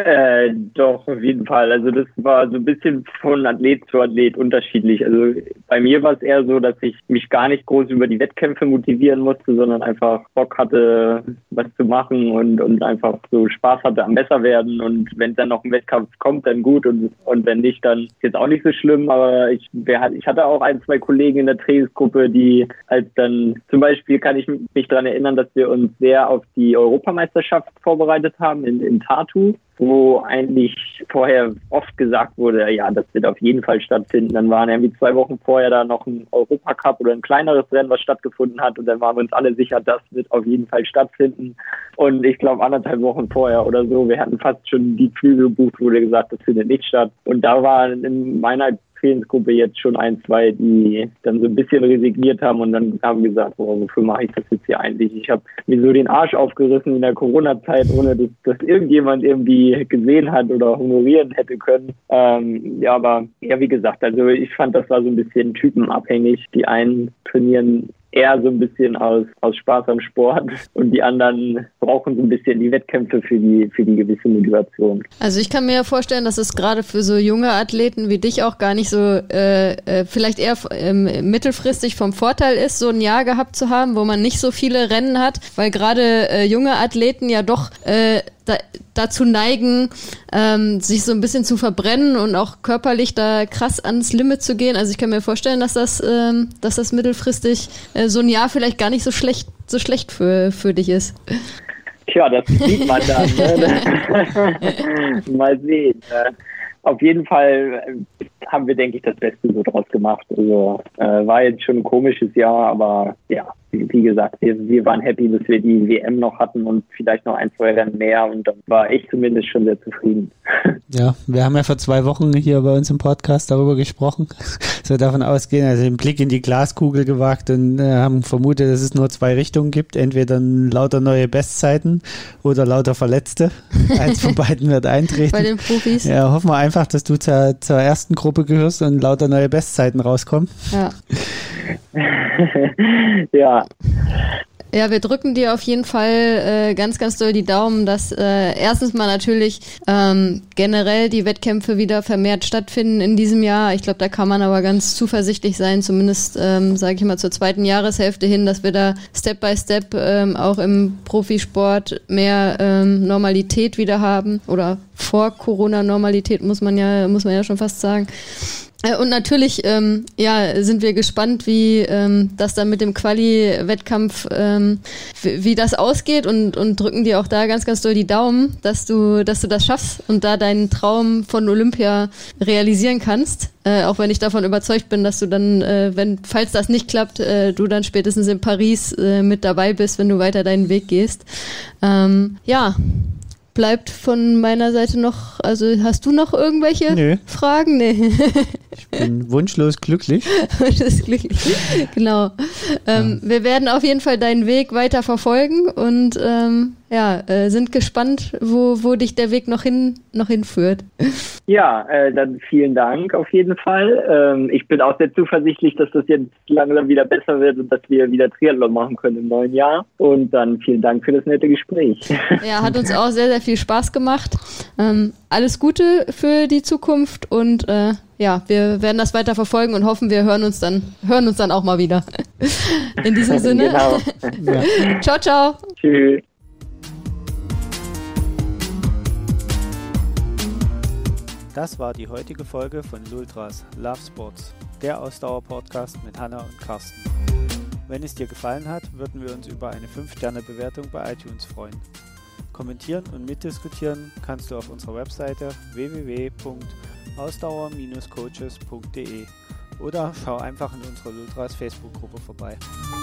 Doch, auf jeden Fall. Also das war so ein bisschen von Athlet zu Athlet unterschiedlich. Also bei mir war es eher so, dass ich mich gar nicht groß über die Wettkämpfe motivieren musste, sondern einfach Bock hatte, was zu machen und einfach so Spaß hatte am Besserwerden. Und wenn dann noch ein Wettkampf kommt, dann gut. Und wenn nicht, dann ist jetzt auch nicht so schlimm. Aber ich hatte auch 1, 2 Kollegen in der Trainingsgruppe, die als dann zum Beispiel kann ich mich daran erinnern, dass wir uns sehr auf die Europameisterschaft vorbereitet haben in Tartu, wo eigentlich vorher oft gesagt wurde, ja, das wird auf jeden Fall stattfinden. Dann waren irgendwie 2 Wochen vorher da noch ein Europacup oder ein kleineres Rennen, was stattgefunden hat. Und dann waren wir uns alle sicher, das wird auf jeden Fall stattfinden. Und ich glaube, 1,5 Wochen vorher oder so, wir hatten fast schon die Flüge gebucht, wurde gesagt, das findet nicht statt. Und da waren in meiner Trainingsgruppe jetzt schon 1, 2, die dann so ein bisschen resigniert haben und dann haben gesagt, wofür mache ich das jetzt hier eigentlich? Ich habe mir so den Arsch aufgerissen in der Corona-Zeit, ohne dass irgendjemand irgendwie gesehen hat oder honorieren hätte können. Aber wie gesagt, also ich fand, das war so ein bisschen typenabhängig. Die einen trainieren eher so ein bisschen aus Spaß am Sport und die anderen brauchen so ein bisschen die Wettkämpfe für die gewisse Motivation. Also ich kann mir ja vorstellen, dass es gerade für so junge Athleten wie dich auch gar nicht so vielleicht eher mittelfristig vom Vorteil ist, so ein Jahr gehabt zu haben, wo man nicht so viele Rennen hat, weil gerade junge Athleten ja doch dazu neigen, sich so ein bisschen zu verbrennen und auch körperlich da krass ans Limit zu gehen. Also ich kann mir vorstellen, dass das mittelfristig so ein Jahr vielleicht gar nicht so schlecht für dich ist. Tja, das sieht man dann. Ne? Mal sehen. Auf jeden Fall haben wir, denke ich, das Beste so draus gemacht. Also war jetzt schon ein komisches Jahr, aber ja, wie gesagt, wir waren happy, dass wir die WM noch hatten und vielleicht noch 1, 2 Rennen mehr und dann war ich zumindest schon sehr zufrieden. Ja, wir haben ja vor 2 Wochen hier bei uns im Podcast darüber gesprochen, dass wir davon ausgehen, also den Blick in die Glaskugel gewagt und haben vermutet, dass es nur 2 Richtungen gibt, entweder lauter neue Bestzeiten oder lauter Verletzte. Eins von beiden wird eintreten. Bei den Profis. Ja, hoffen wir einfach, dass du zur ersten Gruppe gehörst und lauter neue Bestzeiten rauskommen. Ja. Ja. Ja, wir drücken dir auf jeden Fall ganz, ganz doll die Daumen, dass erstens mal natürlich generell die Wettkämpfe wieder vermehrt stattfinden in diesem Jahr. Ich glaube, da kann man aber ganz zuversichtlich sein, zumindest, sage ich mal, zur 2. Jahreshälfte hin, dass wir da Step by Step auch im Profisport mehr Normalität wieder haben oder vor Corona-Normalität muss man ja schon fast sagen. Und natürlich, sind wir gespannt, wie das dann mit dem Quali-Wettkampf, wie das ausgeht und drücken dir auch da ganz, ganz doll die Daumen, dass du das schaffst und da deinen Traum von Olympia realisieren kannst. Auch wenn ich davon überzeugt bin, dass du dann, falls das nicht klappt, du dann spätestens in Paris mit dabei bist, wenn du weiter deinen Weg gehst. Bleibt von meiner Seite noch, also hast du noch irgendwelche Fragen? Nee. Ich bin wunschlos glücklich. Wunschlos glücklich, genau. Wir werden auf jeden Fall deinen Weg weiter verfolgen und sind gespannt, wo dich der Weg noch hinführt. Ja, dann vielen Dank auf jeden Fall. Ich bin auch sehr zuversichtlich, dass das jetzt langsam wieder besser wird und dass wir wieder Triathlon machen können im neuen Jahr. Und dann vielen Dank für das nette Gespräch. Ja, hat uns auch sehr, sehr viel Spaß gemacht. Alles Gute für die Zukunft und wir werden das weiter verfolgen und hoffen, wir hören uns dann auch mal wieder. In diesem Sinne. Genau. Ja. Ciao, ciao. Tschüss. Das war die heutige Folge von Lultras Love Sports, der Ausdauer-Podcast mit Hanna und Carsten. Wenn es dir gefallen hat, würden wir uns über eine 5-Sterne-Bewertung bei iTunes freuen. Kommentieren und mitdiskutieren kannst du auf unserer Webseite www.ausdauer-coaches.de oder schau einfach in unserer Lultras Facebook-Gruppe vorbei.